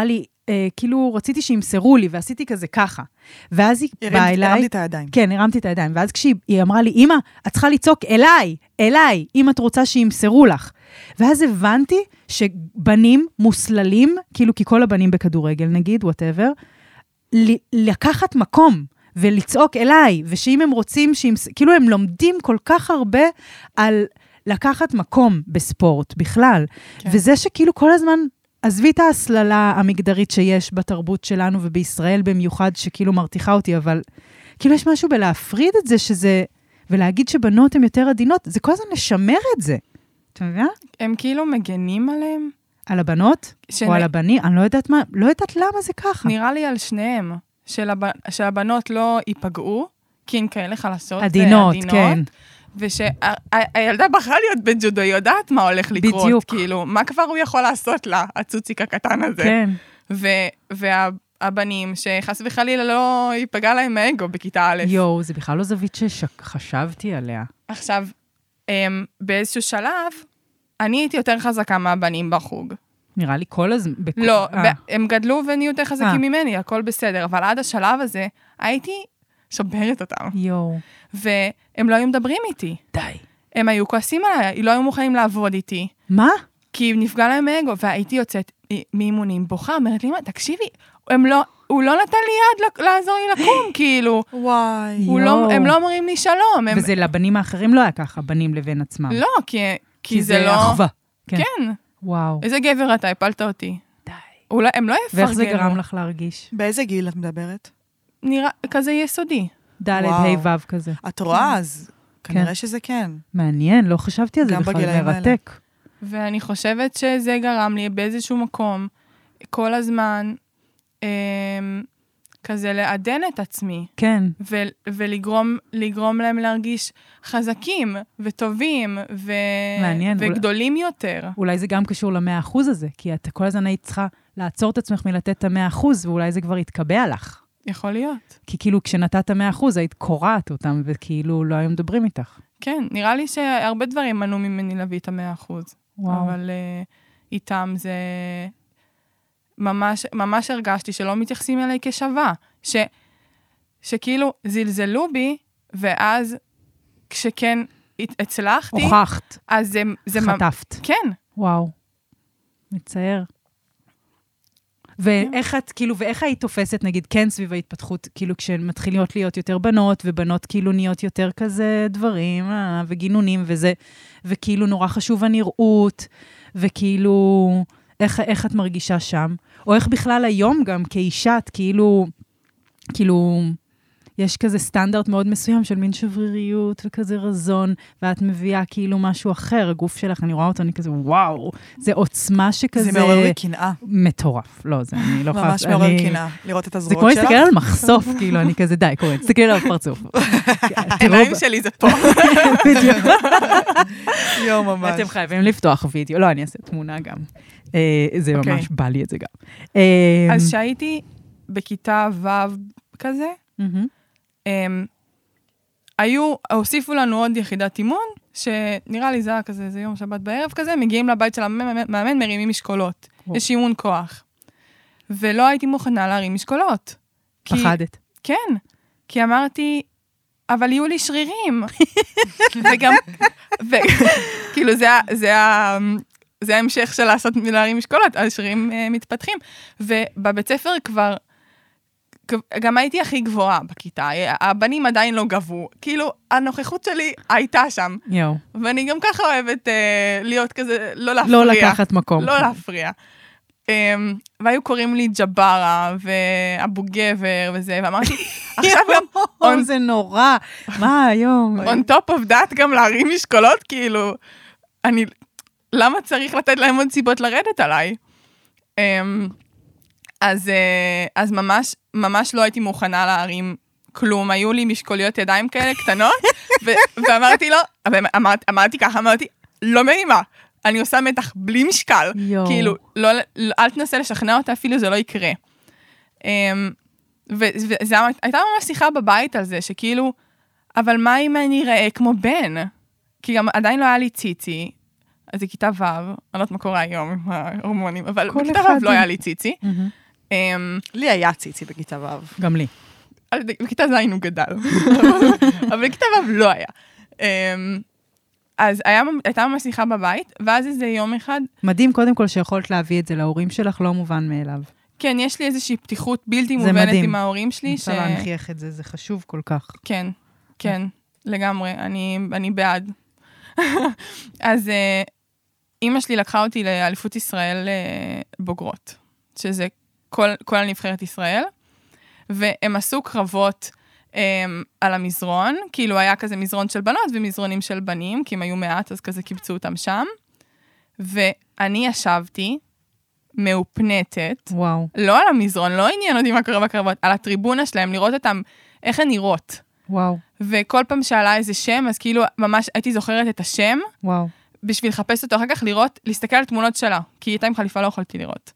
אה, כאילו רציתי שימסרו לי, ועשיתי כזה ככה. ואז היא באה אליי... הרמתי את הידיים. כן, הרמתי את הידיים. ואז כשהיא אמרה לי, אמא, את צריכה לצעוק אליי, אליי, אם את רוצה שימסרו לך. ואז הבנתי שבנים מוסללים, כאילו כי כל הבנים בכדורגל, נגיד, whatever, לקחת מקום ולצעוק אליי, ושאם הם רוצים, שימס... כאילו הם לומדים כל כך הרבה על לקחת מקום בספורט בכלל. כן. וזה שכאילו כל הזמן... עזבי את ההסללה המגדרית שיש בתרבות שלנו ובישראל במיוחד, שכאילו מרתיחה אותי, אבל כאילו יש משהו בלהפריד את זה, שזה, ולהגיד שבנות הן יותר עדינות, זה כל הזמן לשמר את זה. אתה מבין? הם כאילו מגנים עליהם? על הבנות? שנ... או על הבנים? אני לא יודעת מה, לא יודעת למה זה ככה. נראה לי על שניהם, שלב... שהבנות לא ייפגעו, כי הן כאלה חלשות. עדינות, כן. ושהילדה בחרה להיות בן ג'ודו, היא יודעת מה הולך לקרות, בדיוק. כאילו, מה כבר הוא יכול לעשות לה, הצוציק הקטן הזה. כן. והבנים, שחס וחלילה לא ייפגע להם האגו בכיתה א'. יואו, זה בכלל לא זווית שחשבתי עליה. עכשיו, באיזשהו שלב, אני הייתי יותר חזקה מהבנים בחוג. נראה לי כל הזמן... לא, הם גדלו ונהיו יותר חזקים ממני, הכל בסדר, אבל עד השלב הזה, הייתי שוברת אותם. יואו. והם לא היו מדברים איתי. די. הם היו כועסים עליי, לא היו מוכנים לעבוד איתי. מה? כי נפגע להם אגו, והייתי יוצאת מאימונים בוכה, אומרת לי, מה, תקשיבי, הם לא, הוא לא נתן לי יד לעזור לי לקום, כאילו. וואי. לא, הם לא אומרים לי שלום. הם... וזה לבנים האחרים לא היה ככה, בנים לבין עצמם. לא, כי, כי, כי זה, זה לא... אחווה. כן. כן. וואו. איזה גבר אתה, הפלת אותי. די. אולי, הם לא יפרגנו. ואיך זה גרם לך להרגיש? באיזה גיל את מדברת? נראה, כזה יסודי. ד' ה' ו' כזה. את רואה, אז כנראה שזה כן. מעניין, לא חשבתי על זה בכלל, מרתק. ואני חושבת שזה גרם לי באיזשהו מקום, כל הזמן, כזה לעדן את עצמי. כן. ולגרום לגרום להם להרגיש חזקים וטובים וגדולים יותר. אולי זה גם קשור למאה אחוז הזה, כי אתה כל הזמן היית צריכה לעצור את עצמך מלתת את המאה אחוז, ואולי זה כבר יתקבע לך. יכול להיות. כי כאילו כשנתת מאה אחוז, היית קוראת אותם, וכאילו לא היו מדברים איתך. כן, נראה לי שהרבה דברים מנעו ממני להביא את המאה אחוז. וואו. אבל uh, איתם זה... ממש, ממש הרגשתי שלא מתייחסים אליי כשווה. ש, שכאילו זלזלו בי, ואז כשכן הצלחתי... הוכחת. אז זה... זה חטפת. מ... כן. וואו. מצער. ואיך את, כאילו, ואיך היית תופסת, נגיד, כן סביב ההתפתחות, כאילו, כשמתחילות להיות יותר בנות, ובנות כאילו נהיות יותר כזה דברים, אה, וגינונים וזה, וכאילו נורא חשוב הנראות, וכאילו, איך, איך את מרגישה שם? או איך בכלל היום גם כאישה, את כאילו, כאילו, יש כזה סטנדרט מאוד מסוים של מין שבריריות וכזה רזון, ואת מביאה כאילו משהו אחר, הגוף שלך, אני רואה אותו, אני כזה, וואו, זה עוצמה שכזה... זה מעורר קנאה. מטורף, לא, זה, אני לא יכולה... ממש מעורר קנאה, לראות את הזרועות שלך. זה כמו להסתכל על מחשוף, כאילו, אני כזה, די, קוראים, תסתכל על הפרצוף. העיניים שלי זה פה. בדיוק. יום ממש. אתם חייבים לפתוח וידאו, לא, אני אעשה תמונה גם. זה ממש בא לי את זה גם. אז שהייתי בכיתה ו' כזה, Um, היו, הוסיפו לנו עוד יחידת אימון, שנראה לי זה היה כזה, זה יום שבת בערב כזה, מגיעים לבית של המאמן, מרימים משקולות. Oh. יש אימון כוח. ולא הייתי מוכנה להרים משקולות. פחדת. כי, כן, כי אמרתי, אבל יהיו לי שרירים. וגם, ו, כאילו זה, זה, זה ההמשך של לעשות להרים משקולות, השרירים uh, מתפתחים. ובבית ספר כבר, גם הייתי הכי גבוהה בכיתה, הבנים עדיין לא גבו, כאילו הנוכחות שלי הייתה שם, יו. ואני גם ככה אוהבת אה, להיות כזה, לא להפריע. לא לקחת מקום. לא להפריע. אה, והיו קוראים לי ג'ברה, ואבו גבר וזה, ואמרתי, עכשיו גם... on, זה נורא, מה היום? on top of that גם להרים משקולות, כאילו, אני, למה צריך לתת להם עוד סיבות לרדת עליי? אה, אז, אז ממש, ממש לא הייתי מוכנה להרים כלום. היו לי משקוליות ידיים כאלה קטנות, ו- ואמרתי לו, אמרת, אמרתי ככה, אמרתי, לא מרימה, אני עושה מתח בלי משקל. יו. כאילו, לא, לא, אל תנסה לשכנע אותה, אפילו זה לא יקרה. וזו הייתה ממש שיחה בבית על זה, שכאילו, אבל מה אם אני אראה כמו בן? כי גם עדיין לא היה לי ציצי, אז זה כיתה ו', אני לא יודעת מה קורה היום עם ההורמונים, אבל בכיתה ו' לא היה לי ציצי. לי היה ציצי בכיתה ו'. גם לי. בכיתה ז' הוא גדל, אבל בכיתה ו' לא היה. אז הייתה ממש שיחה בבית, ואז איזה יום אחד... מדהים קודם כל שיכולת להביא את זה להורים שלך, לא מובן מאליו. כן, יש לי איזושהי פתיחות בלתי מובנת עם ההורים שלי. אני רוצה להנחיח את זה, זה חשוב כל כך. כן, כן, לגמרי, אני בעד. אז אמא שלי לקחה אותי לאליפות ישראל בוגרות, שזה כל הנבחרת ישראל, והם עשו קרבות על המזרון, כאילו היה כזה מזרון של בנות ומזרונים של בנים, כי הם היו מעט, אז כזה קיבצו אותם שם, ואני ישבתי מאופנתת, וואו. לא על המזרון, לא עניין אותי מה קורה בקרבות, על הטריבונה שלהם, לראות אותם, איך הן נראות. וואו. וכל פעם שעלה איזה שם, אז כאילו ממש הייתי זוכרת את השם, וואו. בשביל לחפש אותו אחר כך, לראות, להסתכל על תמונות שלה, כי היא הייתה עם חליפה, לא יכולתי לראות.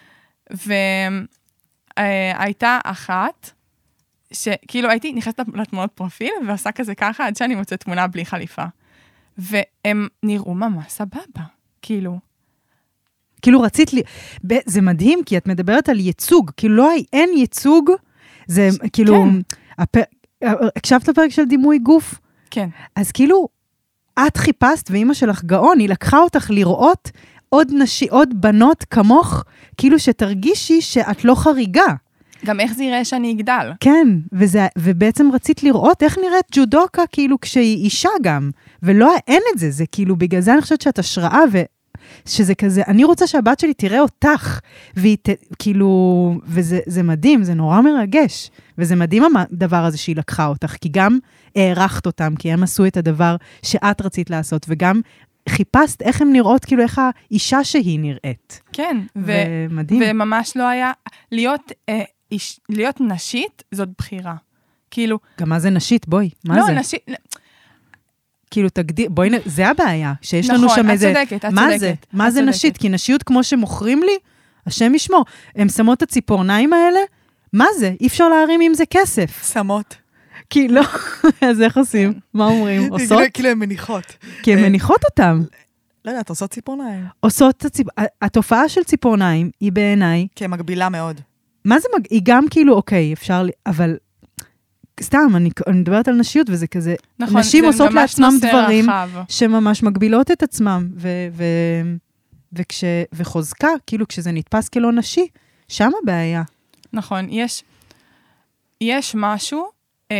והייתה אחת, שכאילו הייתי נכנסת לתמונות פרופיל, ועושה כזה ככה, עד שאני מוצאת תמונה בלי חליפה. והם נראו ממש סבבה, כאילו. כאילו רצית לי, זה מדהים, כי את מדברת על ייצוג, כאילו לא, אין ייצוג, זה כאילו, הקשבת לפרק של דימוי גוף? כן. אז כאילו, את חיפשת, ואמא שלך גאון, היא לקחה אותך לראות עוד נשי, עוד בנות כמוך, כאילו שתרגישי שאת לא חריגה. גם איך זה יראה שאני אגדל. כן, וזה, ובעצם רצית לראות איך נראית ג'ודוקה, כאילו כשהיא אישה גם, ולא, אין את זה, זה כאילו, בגלל זה אני חושבת שאת השראה, ושזה כזה, אני רוצה שהבת שלי תראה אותך, והיא ת, כאילו, וזה זה מדהים, זה נורא מרגש, וזה מדהים הדבר הזה שהיא לקחה אותך, כי גם הערכת אותם, כי הם עשו את הדבר שאת רצית לעשות, וגם חיפשת איך הן נראות, כאילו איך האישה שהיא נראית. כן, ומדהים. וממש לא היה, להיות... איש, להיות נשית, זאת בחירה. כאילו... גם מה זה נשית? בואי, מה לא, זה? לא, נשית... כאילו, תגדיר, בואי, זה הבעיה, שיש לנו נכון, שם את איזה... צודקת, את מה צודקת. זה? את מה זה צודקת. נשית? כי נשיות כמו שמוכרים לי, השם ישמור. הם שמות את הציפורניים האלה, מה זה? אי אפשר להרים עם זה כסף. שמות. כי לא, אז איך עושים? מה אומרים? עושות? כאילו הן מניחות. כי הן מניחות אותם. לא יודעת, עושות ציפורניים. עושות, התופעה של ציפורניים היא בעיניי... כמגבילה מאוד. מה זה, היא גם כאילו, אוקיי, אפשר, אבל סתם, אני, אני מדברת על נשיות, וזה כזה, נכון, נשים עושות לעצמם דברים, רחב. שממש מגבילות את עצמם, ו, ו, וכש, וחוזקה, כאילו כשזה נתפס כלא נשי, שם הבעיה. נכון, יש, יש משהו, אמ,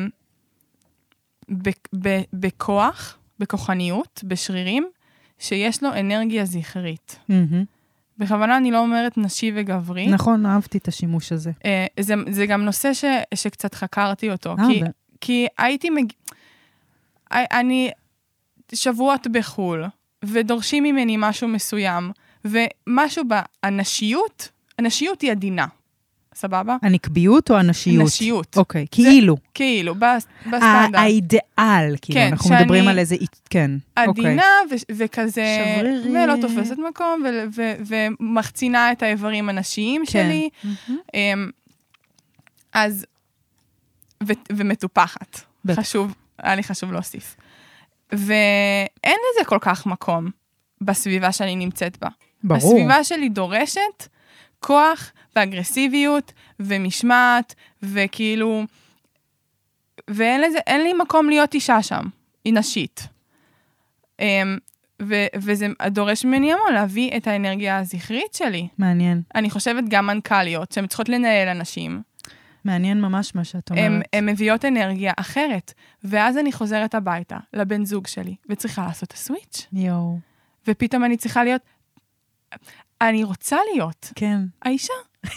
ב, ב, בכוח, בכוחניות, בשרירים, שיש לו אנרגיה זכרית. Mm-hmm. בכוונה אני לא אומרת נשי וגברי. נכון, אהבתי את השימוש הזה. זה, זה גם נושא ש, שקצת חקרתי אותו. אה, כי, ו... כי הייתי מג... אני שבועות בחול, ודורשים ממני משהו מסוים, ומשהו בנשיות, הנשיות היא עדינה. סבבה? הנקביות או הנשיות? הנשיות. אוקיי, כאילו. כאילו, בסטנדרט. האידאל, כאילו, כן, אנחנו שאני מדברים על איזה, כן. עדינה ו- וכזה, שברירי. ולא תופסת מקום, ו- ו- ומחצינה את האיברים הנשיים כן. שלי. Mm-hmm. אז, ו- ומטופחת. בטח. חשוב, היה לי חשוב להוסיף. ואין לזה כל כך מקום בסביבה שאני נמצאת בה. ברור. הסביבה שלי דורשת כוח ואגרסיביות ומשמעת, וכאילו, ואין לזה, אין לי מקום להיות אישה שם, היא נשית. ו- וזה דורש ממני המון להביא את האנרגיה הזכרית שלי. מעניין. אני חושבת גם מנכ"ליות, שהן צריכות לנהל אנשים. מעניין ממש מה שאת אומרת. הן מביאות אנרגיה אחרת, ואז אני חוזרת הביתה לבן זוג שלי, וצריכה לעשות את הסוויץ'. יואו. ופתאום אני צריכה להיות, אני רוצה להיות. כן. האישה.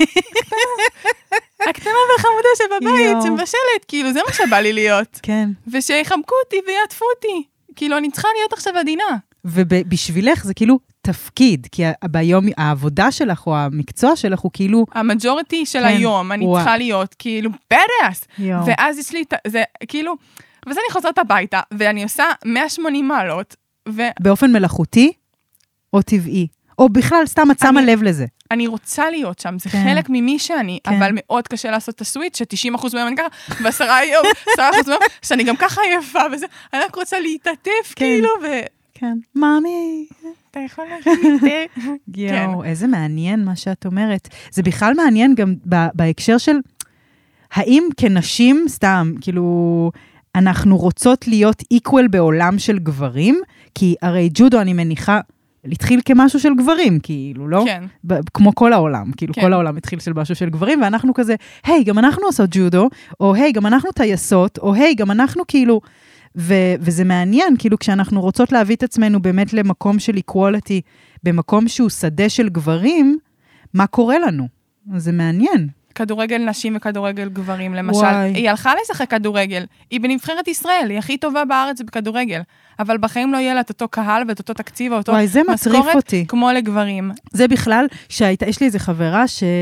הקטנה והחמודה שבבית, שמבשלת, כאילו, זה מה שבא לי להיות. כן. ושיחבקו אותי ויעטפו אותי. כאילו, אני צריכה להיות עכשיו עדינה. ובשבילך זה כאילו תפקיד, כי ביום, העבודה שלך או המקצוע שלך הוא כאילו... המג'וריטי של היום, אני צריכה להיות כאילו בדאס. ואז יש לי, זה כאילו, ואז אני חוזרת הביתה, ואני עושה מאה ושמונים מעלות, ו... באופן מלאכותי או טבעי? או בכלל, סתם את שמה לב לזה. אני רוצה להיות שם, זה חלק ממי שאני, אבל מאוד קשה לעשות את הסוויץ', ש-תשעים אחוז מהם אני ככה, ועשרה יום, עשרה אחוז מהם, שאני גם ככה יפה, וזה, אני רק רוצה להתעטף, כאילו, כן. מאמי. אתה יכול להגיד. יואו, איזה מעניין מה שאת אומרת. זה בכלל מעניין גם בהקשר של, האם כנשים, סתם, כאילו, אנחנו רוצות להיות equal בעולם של גברים, כי הרי ג'ודו, אני מניחה, התחיל כמשהו של גברים, כאילו, לא? כן. כמו כל העולם, כאילו, כן. כל העולם התחיל של משהו של גברים, ואנחנו כזה, היי, גם אנחנו עושות ג'ודו, או היי, גם אנחנו טייסות, או היי, גם אנחנו כאילו, ו- וזה מעניין, כאילו, כשאנחנו רוצות להביא את עצמנו באמת למקום של equality, במקום שהוא שדה של גברים, מה קורה לנו? זה מעניין. כדורגל נשים וכדורגל גברים, למשל. וואי. היא הלכה לשחק כדורגל, היא בנבחרת ישראל, היא הכי טובה בארץ בכדורגל, אבל בחיים לא יהיה לה את אותו קהל ואת אותו תקציב, או אותו וואי, זה מטריף משכורת, אותי. כמו לגברים. זה בכלל, שהייתה, יש לי איזו חברה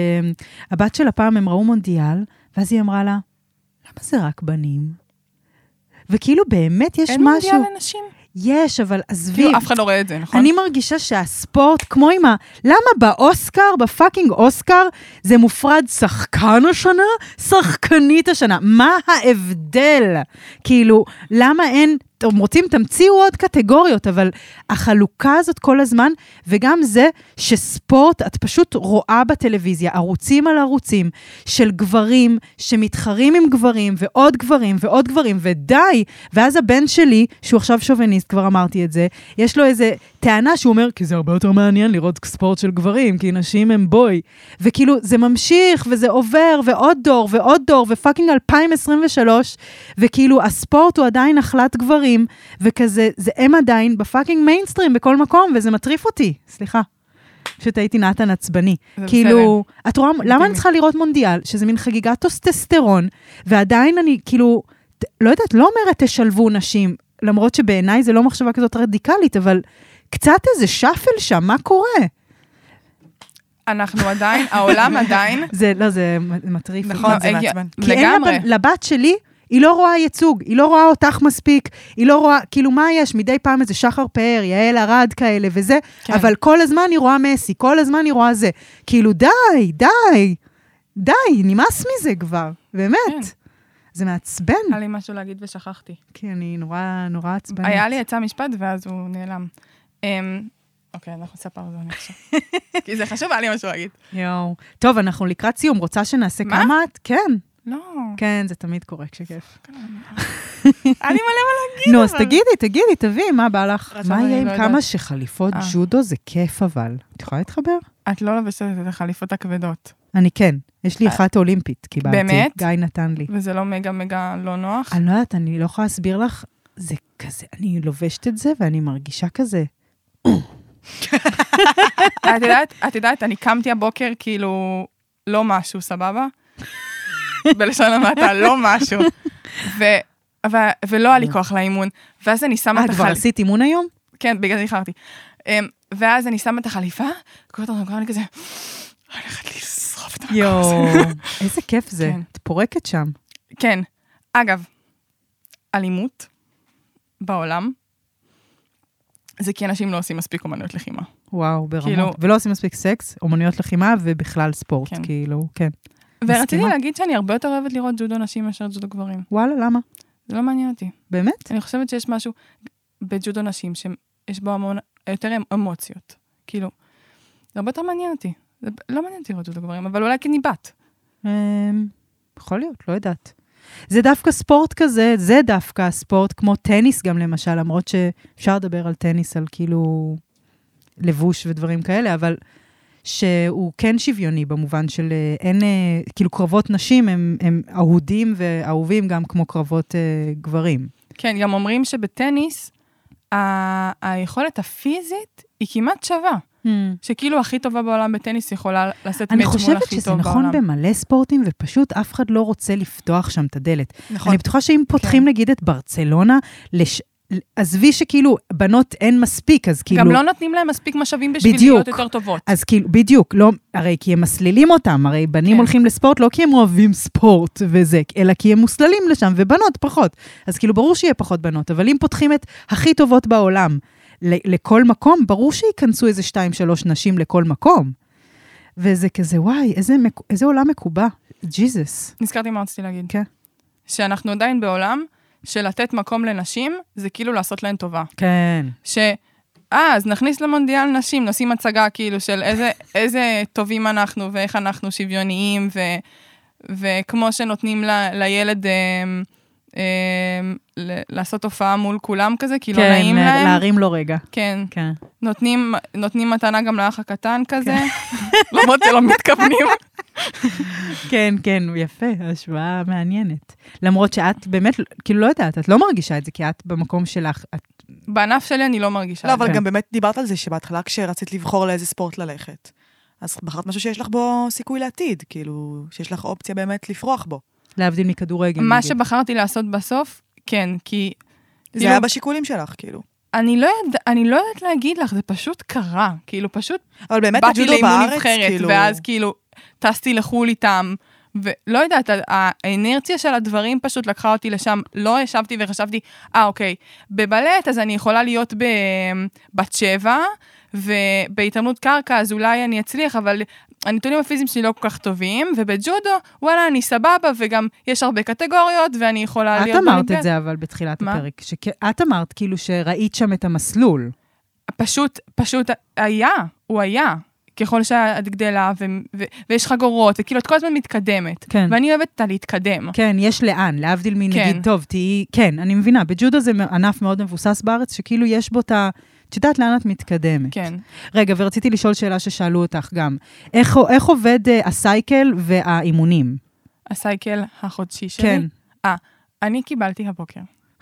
שהבת שלה פעם הם ראו מונדיאל, ואז היא אמרה לה, למה זה רק בנים? וכאילו באמת יש אין משהו... מונדיאל לנשים? יש, אבל עזבי. כאילו אף אחד לא רואה את זה, נכון? אני מרגישה שהספורט, כמו עם ה... למה באוסקר, בפאקינג אוסקר, זה מופרד שחקן השנה, שחקנית השנה? מה ההבדל? כאילו, למה אין... אתם רוצים, תמציאו עוד קטגוריות, אבל החלוקה הזאת כל הזמן, וגם זה שספורט, את פשוט רואה בטלוויזיה, ערוצים על ערוצים, של גברים שמתחרים עם גברים, ועוד גברים, ועוד גברים, ודי. ואז הבן שלי, שהוא עכשיו שוביניסט, כבר אמרתי את זה, יש לו איזה טענה שהוא אומר, כי זה הרבה יותר מעניין לראות ספורט של גברים, כי נשים הם בוי. וכאילו, זה ממשיך, וזה עובר, ועוד דור, ועוד דור, ופאקינג אלפיים עשרים ושלוש, וכאילו, הספורט הוא עדיין נחלת גברים, וכזה, זה הם עדיין בפאקינג מיינסטרים בכל מקום, וזה מטריף אותי, סליחה. פשוט הייתי נתן עצבני. כאילו, את רואה, למה אני צריכה לראות מונדיאל, שזה מין חגיגת טוסטסטרון, ועדיין אני, כאילו, לא יודעת, לא אומרת תשלבו נשים, למרות שבעיניי זה לא מחשבה כזאת רדיקלית, אבל קצת איזה שפל שם, מה קורה? אנחנו עדיין, העולם עדיין... זה, לא, זה מטריף. נכון, זה מעצבן. כי אין לבת שלי, היא לא רואה ייצוג, היא לא רואה אותך מספיק, היא לא רואה, כאילו מה יש, מדי פעם איזה שחר פאר, יעל ארד כאלה וזה, כן. אבל כל הזמן היא רואה מסי, כל הזמן היא רואה זה. כאילו די, די, די, נמאס מזה כבר, באמת. כן. זה מעצבן. היה לי משהו להגיד ושכחתי. כן, אני נורא, נורא עצבנית. היה לי יצא משפט ואז הוא נעלם. אוקיי, אנחנו עושה פאוזה, אני חושב. כי זה חשוב, היה לי משהו להגיד. יואו. טוב, אנחנו לקראת סיום, רוצה שנעשה כמה? כן. לא. כן, זה תמיד קורה כשכיף. אני מלא מה להגיד. נו, אז תגידי, תגידי, תביאי, מה בא לך? מה יהיה עם כמה שחליפות ג'ודו זה כיף אבל? את יכולה להתחבר? את לא לובשת את החליפות הכבדות. אני כן. יש לי אחת אולימפית, קיבלתי. באמת? גיא נתן לי. וזה לא מגה מגה לא נוח? אני לא יודעת, אני לא יכולה להסביר לך, זה כזה, אני לובשת את זה ואני מרגישה כזה. את יודעת, את יודעת, אני קמתי הבוקר כאילו לא משהו, סבבה? בלשון המעטה, לא משהו. ולא היה לי כוח לאימון. ואז אני שמה את החליפה. אה, כבר עשית אימון היום? כן, בגלל זה איחרתי. ואז אני שמה את החליפה, קוראת אותנו, אני כזה, אני הולכת לשרוף את המקום הזה. יואו, איזה כיף זה. את פורקת שם. כן. אגב, אלימות בעולם, זה כי אנשים לא עושים מספיק אומנויות לחימה. וואו, ברמות. ולא עושים מספיק סקס, אומנויות לחימה ובכלל ספורט, כאילו, כן. ורציתי להגיד שאני הרבה יותר אוהבת לראות ג'ודו נשים מאשר ג'ודו גברים. וואלה, למה? זה לא מעניין אותי. באמת? אני חושבת שיש משהו בג'ודו נשים שיש בו המון, יותר אמוציות. כאילו, זה הרבה יותר מעניין אותי. זה לא מעניין אותי לראות ג'ודו גברים, אבל אולי כניבת. יכול להיות, לא יודעת. זה דווקא ספורט כזה, זה דווקא ספורט כמו טניס גם למשל, למרות שאפשר לדבר על טניס, על כאילו לבוש ודברים כאלה, אבל שהוא כן שוויוני במובן של אין, כאילו קרבות נשים הם, הם אהודים ואהובים גם כמו קרבות אה, גברים. כן, גם אומרים שבטניס, ה- היכולת הפיזית היא כמעט שווה. Hmm. שכאילו הכי טובה בעולם בטניס יכולה לשאת מאץ' מול הכי טוב בעולם. אני חושבת שזה נכון במלא ספורטים, ופשוט אף אחד לא רוצה לפתוח שם את הדלת. נכון. אני בטוחה שאם פותחים כן. נגיד את ברצלונה, לש... עזבי שכאילו בנות אין מספיק, אז כאילו... גם לא נותנים להם מספיק משאבים בשביל בדיוק. להיות יותר טובות. אז כאילו, בדיוק, לא, הרי כי הם מסלילים אותם, הרי בנים כן. הולכים לספורט לא כי הם אוהבים ספורט וזה, אלא כי הם מוסללים לשם, ובנות פחות. אז כאילו ברור שיהיה פחות בנות, אבל אם פותחים את הכי טובות בעולם, לכל מקום, ברור שיכנסו איזה שתיים, שלוש נשים לכל מקום. וזה כזה, וואי, איזה, איזה עולם מקובע. ג'יזוס. נזכרתי מה רציתי להגיד. כן. שאנחנו עדיין בעולם של לתת מקום לנשים, זה כאילו לעשות להן טובה. כן. ש... אה, אז נכניס למונדיאל נשים, נשים הצגה כאילו של איזה, איזה טובים אנחנו, ואיך אנחנו שוויוניים, ו, וכמו שנותנים ל, לילד אה, אה, ל, לעשות הופעה מול כולם כזה, כי כן, לא נעים לה, להם. להרים לו רגע. כן. כן. נותנים, נותנים מתנה גם לאח הקטן כזה, למרות שלא מתכוונים. כן, כן, יפה, השוואה מעניינת. למרות שאת באמת, כאילו לא יודעת, את לא מרגישה את זה, כי את במקום שלך, את... בענף שלי אני לא מרגישה. לא, אבל כן. גם באמת דיברת על זה שבהתחלה כשרצית לבחור לאיזה ספורט ללכת. אז בחרת משהו שיש לך בו סיכוי לעתיד, כאילו, שיש לך אופציה באמת לפרוח בו. להבדיל מכדורגל. מה נגיד. שבחרתי לעשות בסוף, כן, כי... זה כאילו, היה בשיקולים שלך, כאילו. אני לא, יודע, אני לא יודעת להגיד לך, זה פשוט קרה. כאילו, פשוט אבל באמת באתי הג'ודו לאימון בארץ, נבחרת, כאילו... ואז כאילו טסתי לחול איתם, ולא יודעת, האנרציה של הדברים פשוט לקחה אותי לשם, לא ישבתי וחשבתי, אה, אוקיי, בבלט, אז אני יכולה להיות בת שבע, ובהתאמנות קרקע, אז אולי אני אצליח, אבל הנתונים הפיזיים שלי לא כל כך טובים, ובג'ודו, וואלה, אני סבבה, וגם יש הרבה קטגוריות, ואני יכולה להיות... את אמרת את זה, אבל בתחילת מה? הפרק. את אמרת כאילו שראית שם את המסלול. פשוט, פשוט היה, הוא היה. ככל שאת גדלה, ו- ו- ויש חגורות, וכאילו את כל הזמן מתקדמת. כן. ואני אוהבת אותה להתקדם. כן, יש לאן, להבדיל מנגיד, כן. טוב, תהי... כן, אני מבינה, בג'ודו זה ענף מאוד מבוסס בארץ, שכאילו יש בו את ה... את יודעת לאן את מתקדמת. כן. רגע, ורציתי לשאול שאלה ששאלו אותך גם. איך, איך עובד uh, הסייקל והאימונים? הסייקל החודשי שלי. כן. אה, אני קיבלתי הבוקר.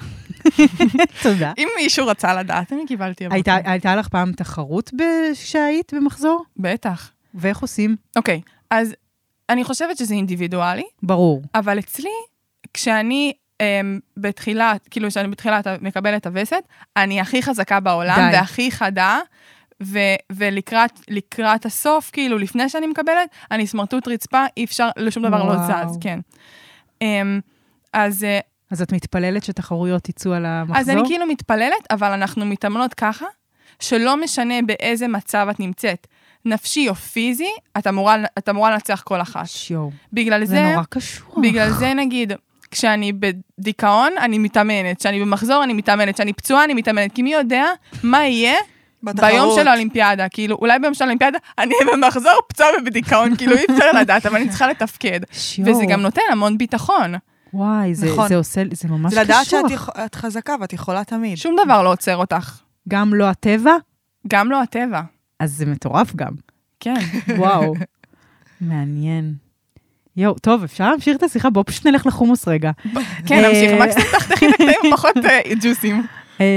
תודה. אם מישהו רצה לדעת, אני קיבלתי הבוקר. הייתה, הייתה לך פעם תחרות כשהיית במחזור? בטח. ואיך עושים? אוקיי, אז אני חושבת שזה אינדיבידואלי, ברור. אבל אצלי, כשאני אמ, בתחילה, כאילו שאני בתחילה מקבלת את הווסת, אני הכי חזקה בעולם, די. והכי חדה, ו- ולקראת לקראת הסוף, כאילו, לפני שאני מקבלת, אני סמרטוט רצפה, אי אפשר, לשום דבר לא וואו. זז, כן. אמ, אז, אה, אז את מתפללת שתחרויות יצאו על המחזור? אז אני כאילו מתפללת, אבל אנחנו מתאמנות ככה, שלא משנה באיזה מצב את נמצאת, נפשי או פיזי, את אמורה, את אמורה לנצח כל אחת. שיו. בגלל זה זה, נורא קשוח. בגלל זה נגיד, כשאני בדיכאון, אני מתאמנת, כשאני במחזור, אני מתאמנת, כשאני פצועה, אני מתאמנת, כי מי יודע מה יהיה בתחרות. ביום של האולימפיאדה, כאילו, אולי ביום של האולימפיאדה, אני אהיה במחזור פצועה ובדיכאון, כאילו, אי אפשר לדעת, אבל אני צריכה לתפקד. שיו. וזה גם נותן המון ביטחון. וואי, זה, נכון. זה עושה, זה ממש זה קשוח. לדעת שאת יכ- את חזקה ואת יכולה תמיד. שום דבר לא עוצר אותך. גם לא הטבע? גם לא הטבע. אז זה מטורף גם. כן. וואו. מעניין. יואו, טוב, אפשר להמשיך את השיחה? בואו פשוט נלך לחומוס רגע. כן, אה, נמשיך. מקסימום תחתכי את הקטעים פחות אה, ג'וסים.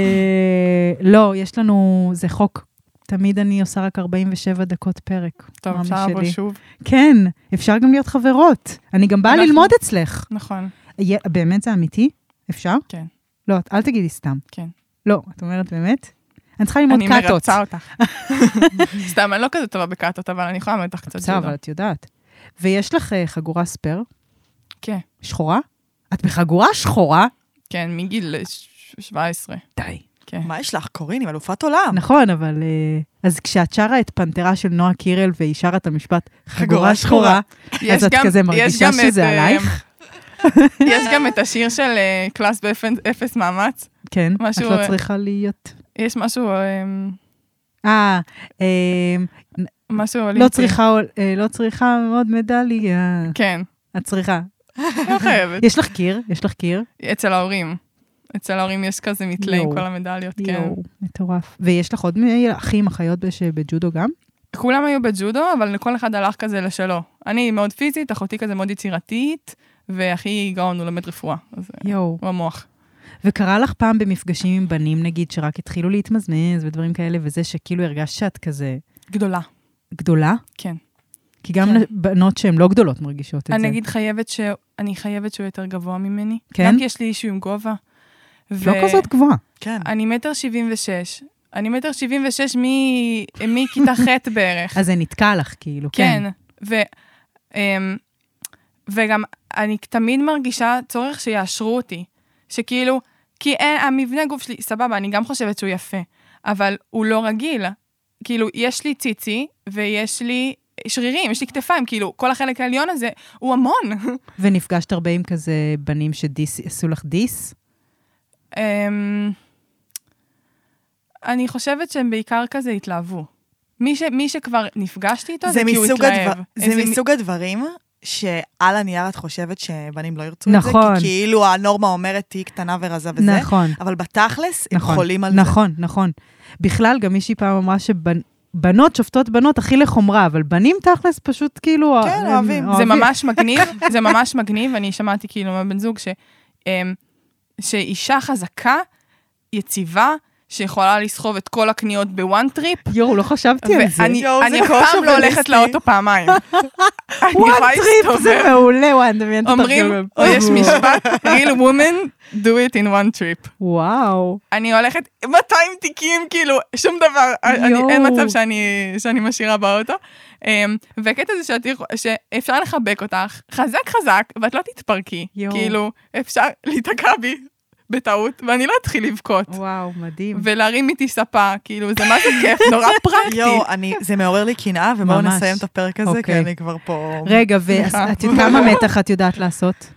אה, לא, יש לנו, זה חוק. תמיד אני עושה רק ארבעים ושבע דקות פרק. טוב, מאמי אפשר לבוא שלי. שוב. כן, אפשר גם להיות חברות. אני גם באה אנחנו- ללמוד אצלך. נכון. יה- באמת זה אמיתי? אפשר? כן. לא, את- אל תגידי סתם. כן. לא, את אומרת באמת? אני צריכה ללמוד אני קאטות. מרצה אותך. סתם, אני לא כזה טובה בקאטות, אבל אני יכולה ללמד אותך קצת בסדר, ג'ודו. אבל את יודעת. ויש לך אה, חגורה ספייר? כן. שחורה? את בחגורה שחורה? כן, מגיל ש- שבע עשרה. די. כן. מה יש לך? קורין, עם אלופת עולם. נכון, אבל... אה, אז כשאת שרה את פנתרה של נועה קירל, והיא שרה את המשפט חגורה חגורה שחורה, יש אז את גם- כזה יש מרגישה גם את, שזה אה, עלייך? יש גם את השיר של אה, קלאס באפס מאמץ. כן, את משהו, לא אה, צריכה להיות... יש משהו, אה, אה, אה, משהו אולימפי. לא צריכה, אה, לא צריכה עוד מדליה. כן, את צריכה. לא חייבת. יש לך קיר? יש לך קיר? אצל ההורים. אצל ההורים יש כזה מתלה עם יואו. כל המדליות, כן. יואו, מטורף. ויש לך עוד מי- אחים, אחיות בש- בג'ודו גם? כולם היו בג'ודו, אבל לכל אחד הלך כזה לשלו. אני מאוד פיזית, אחותי כזה מאוד יצירתית, והכי גאון הוא לומד רפואה. אז אה, יואו. הוא המוח. וקרה לך פעם במפגשים עם בנים, נגיד, שרק התחילו להתמזמז ודברים כאלה, וזה שכאילו הרגשת שאת כזה גדולה. גדולה? כן. כי גם כן. בנות שהן לא גדולות מרגישות את זה. אני אגיד חייבת ש... אני חייבת שהוא יותר גבוה ממני. כן? גם כי יש לי אישו עם גובה. לא כזאת גבוהה. כן. אני מטר שבעים ושש. אני מטר שבעים ושש מ- מכיתה ח' בערך. אז זה נתקע לך, כאילו, כן. כן. ו... אמ, וגם אני תמיד מרגישה צורך שיאשרו אותי. שכאילו, כי אין, המבנה גוף שלי, סבבה, אני גם חושבת שהוא יפה, אבל הוא לא רגיל. כאילו, יש לי ציצי, ויש לי שרירים, יש לי כתפיים, כאילו, כל החלק העליון הזה הוא המון. ונפגשת הרבה עם כזה בנים שדיס, עשו לך דיס? אני חושבת שהם בעיקר כזה התלהבו. מי, ש, מי שכבר נפגשתי איתו, זה, זה כי הוא התלהב. הדבר, זה מסוג מ... הדברים שעל הנייר את חושבת שבנים לא ירצו נכון. את זה, כי כאילו הנורמה אומרת תהי קטנה ורזה וזה, נכון. אבל בתכלס נכון. הם חולים על נכון, זה. נכון, נכון. בכלל, גם מישהי פעם אמרה שבנות שופטות בנות הכי לחומרה, אבל בנים תכלס פשוט כאילו... כן, הם, אוהבים. זה אוהבים. ממש מגניב, זה ממש מגניב, אני שמעתי כאילו מהבן זוג ש, שאישה חזקה, יציבה, שיכולה לסחוב את כל הקניות בוואן טריפ. יואו, לא חשבתי על זה. ואני אף פעם לא הולכת לאוטו פעמיים. וואן טריפ זה מעולה, וואי, דמיין את אומרים, או יש משפט, real woman, do it in one trip. וואו. אני הולכת מאתיים תיקים, כאילו, שום דבר, אין מצב שאני משאירה באוטו. והקטע זה שאפשר לחבק אותך, חזק חזק, ואת לא תתפרקי. כאילו, אפשר להתעקע בי. בטעות, ואני לא אתחיל לבכות. וואו, מדהים. ולהרים איתי ספה, כאילו, זה מה זה כיף, נורא פרקטי. יואו, זה מעורר לי קנאה, ובואו נסיים את הפרק הזה, כי אני כבר פה... רגע, וכמה מתח את יודעת לעשות?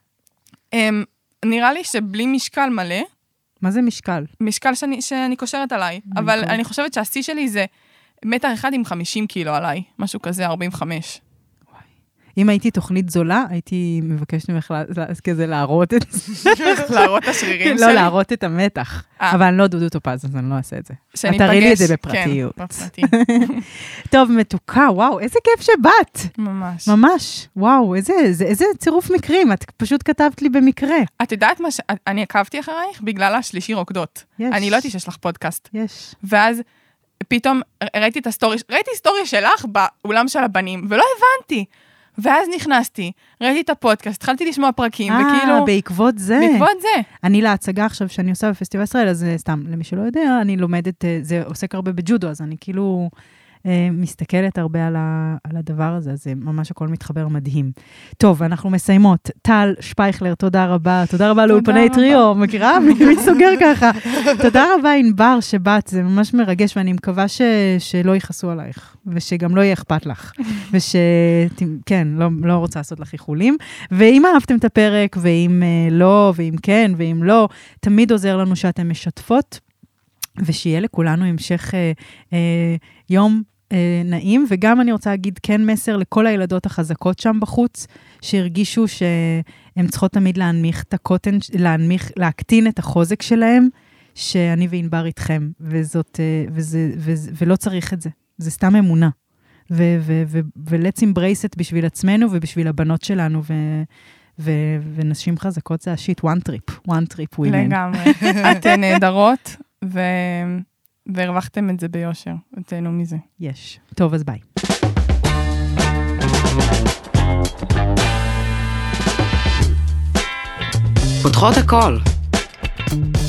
נראה לי שבלי משקל מלא. מה זה משקל? משקל שאני קושרת עליי, אבל אני חושבת שהשיא שלי זה מתח אחד עם חמישים קילו עליי, משהו כזה, ארבעים וחמש. אם הייתי תוכנית זולה, הייתי מבקשת ממך כזה להראות את זה. להראות את השרירים שלי? לא, להראות את המתח. אבל אני לא דודו טופז, אז אני לא אעשה את זה. שאני תראי לי את פגש, זה בפרטיות. כן, בפרטי. טוב, מתוקה, וואו, איזה כיף שבאת. ממש. ממש, וואו, איזה, איזה, איזה צירוף מקרים, את פשוט כתבת לי במקרה. את יודעת מה ש... אני עקבתי אחרייך בגלל השלישי רוקדות. יש. אני לא יודעת שיש לך פודקאסט. יש. ואז פתאום ראיתי את הסטורי, ראיתי סטורי שלך באולם של הבנים, ולא הבנתי. ואז נכנסתי, ראיתי את הפודקאסט, התחלתי לשמוע פרקים, וכאילו... אה, בעקבות זה. בעקבות זה. אני להצגה עכשיו שאני עושה בפסטיבל ישראל, אז סתם, למי שלא יודע, אני לומדת, זה עוסק הרבה בג'ודו, אז אני כאילו מסתכלת הרבה על, ה, על הדבר הזה, אז ממש הכל מתחבר מדהים. טוב, אנחנו מסיימות. טל שפייכלר, תודה רבה. תודה רבה לאולפני טריו, מכירה? מי סוגר ככה? תודה רבה ענבר שבאת, זה ממש מרגש, ואני מקווה ש, שלא יכעסו עלייך, ושגם לא יהיה אכפת לך, ושכן, לא, לא רוצה לעשות לך איחולים. ואם אהבתם את הפרק, ואם לא, ואם כן, ואם לא, תמיד עוזר לנו שאתם משתפות, ושיהיה לכולנו המשך אה, אה, יום אה, נעים, וגם אני רוצה להגיד כן מסר לכל הילדות החזקות שם בחוץ, שהרגישו שהן צריכות תמיד להנמיך את הקוטן, להנמיך, להקטין את החוזק שלהם, שאני וענבר איתכם, וזאת, אה, וזה, וזה, ולא צריך את זה. זה סתם אמונה. ו- ו- ו- ו-let's embrace it בשביל עצמנו ובשביל הבנות שלנו, ו- ו- ונשים חזקות זה השיט, one trip, one trip women. לגמרי. אתן נהדרות. ו... והרווחתם את זה ביושר, תהנו מזה. יש. טוב, אז ביי. פותחות הכל.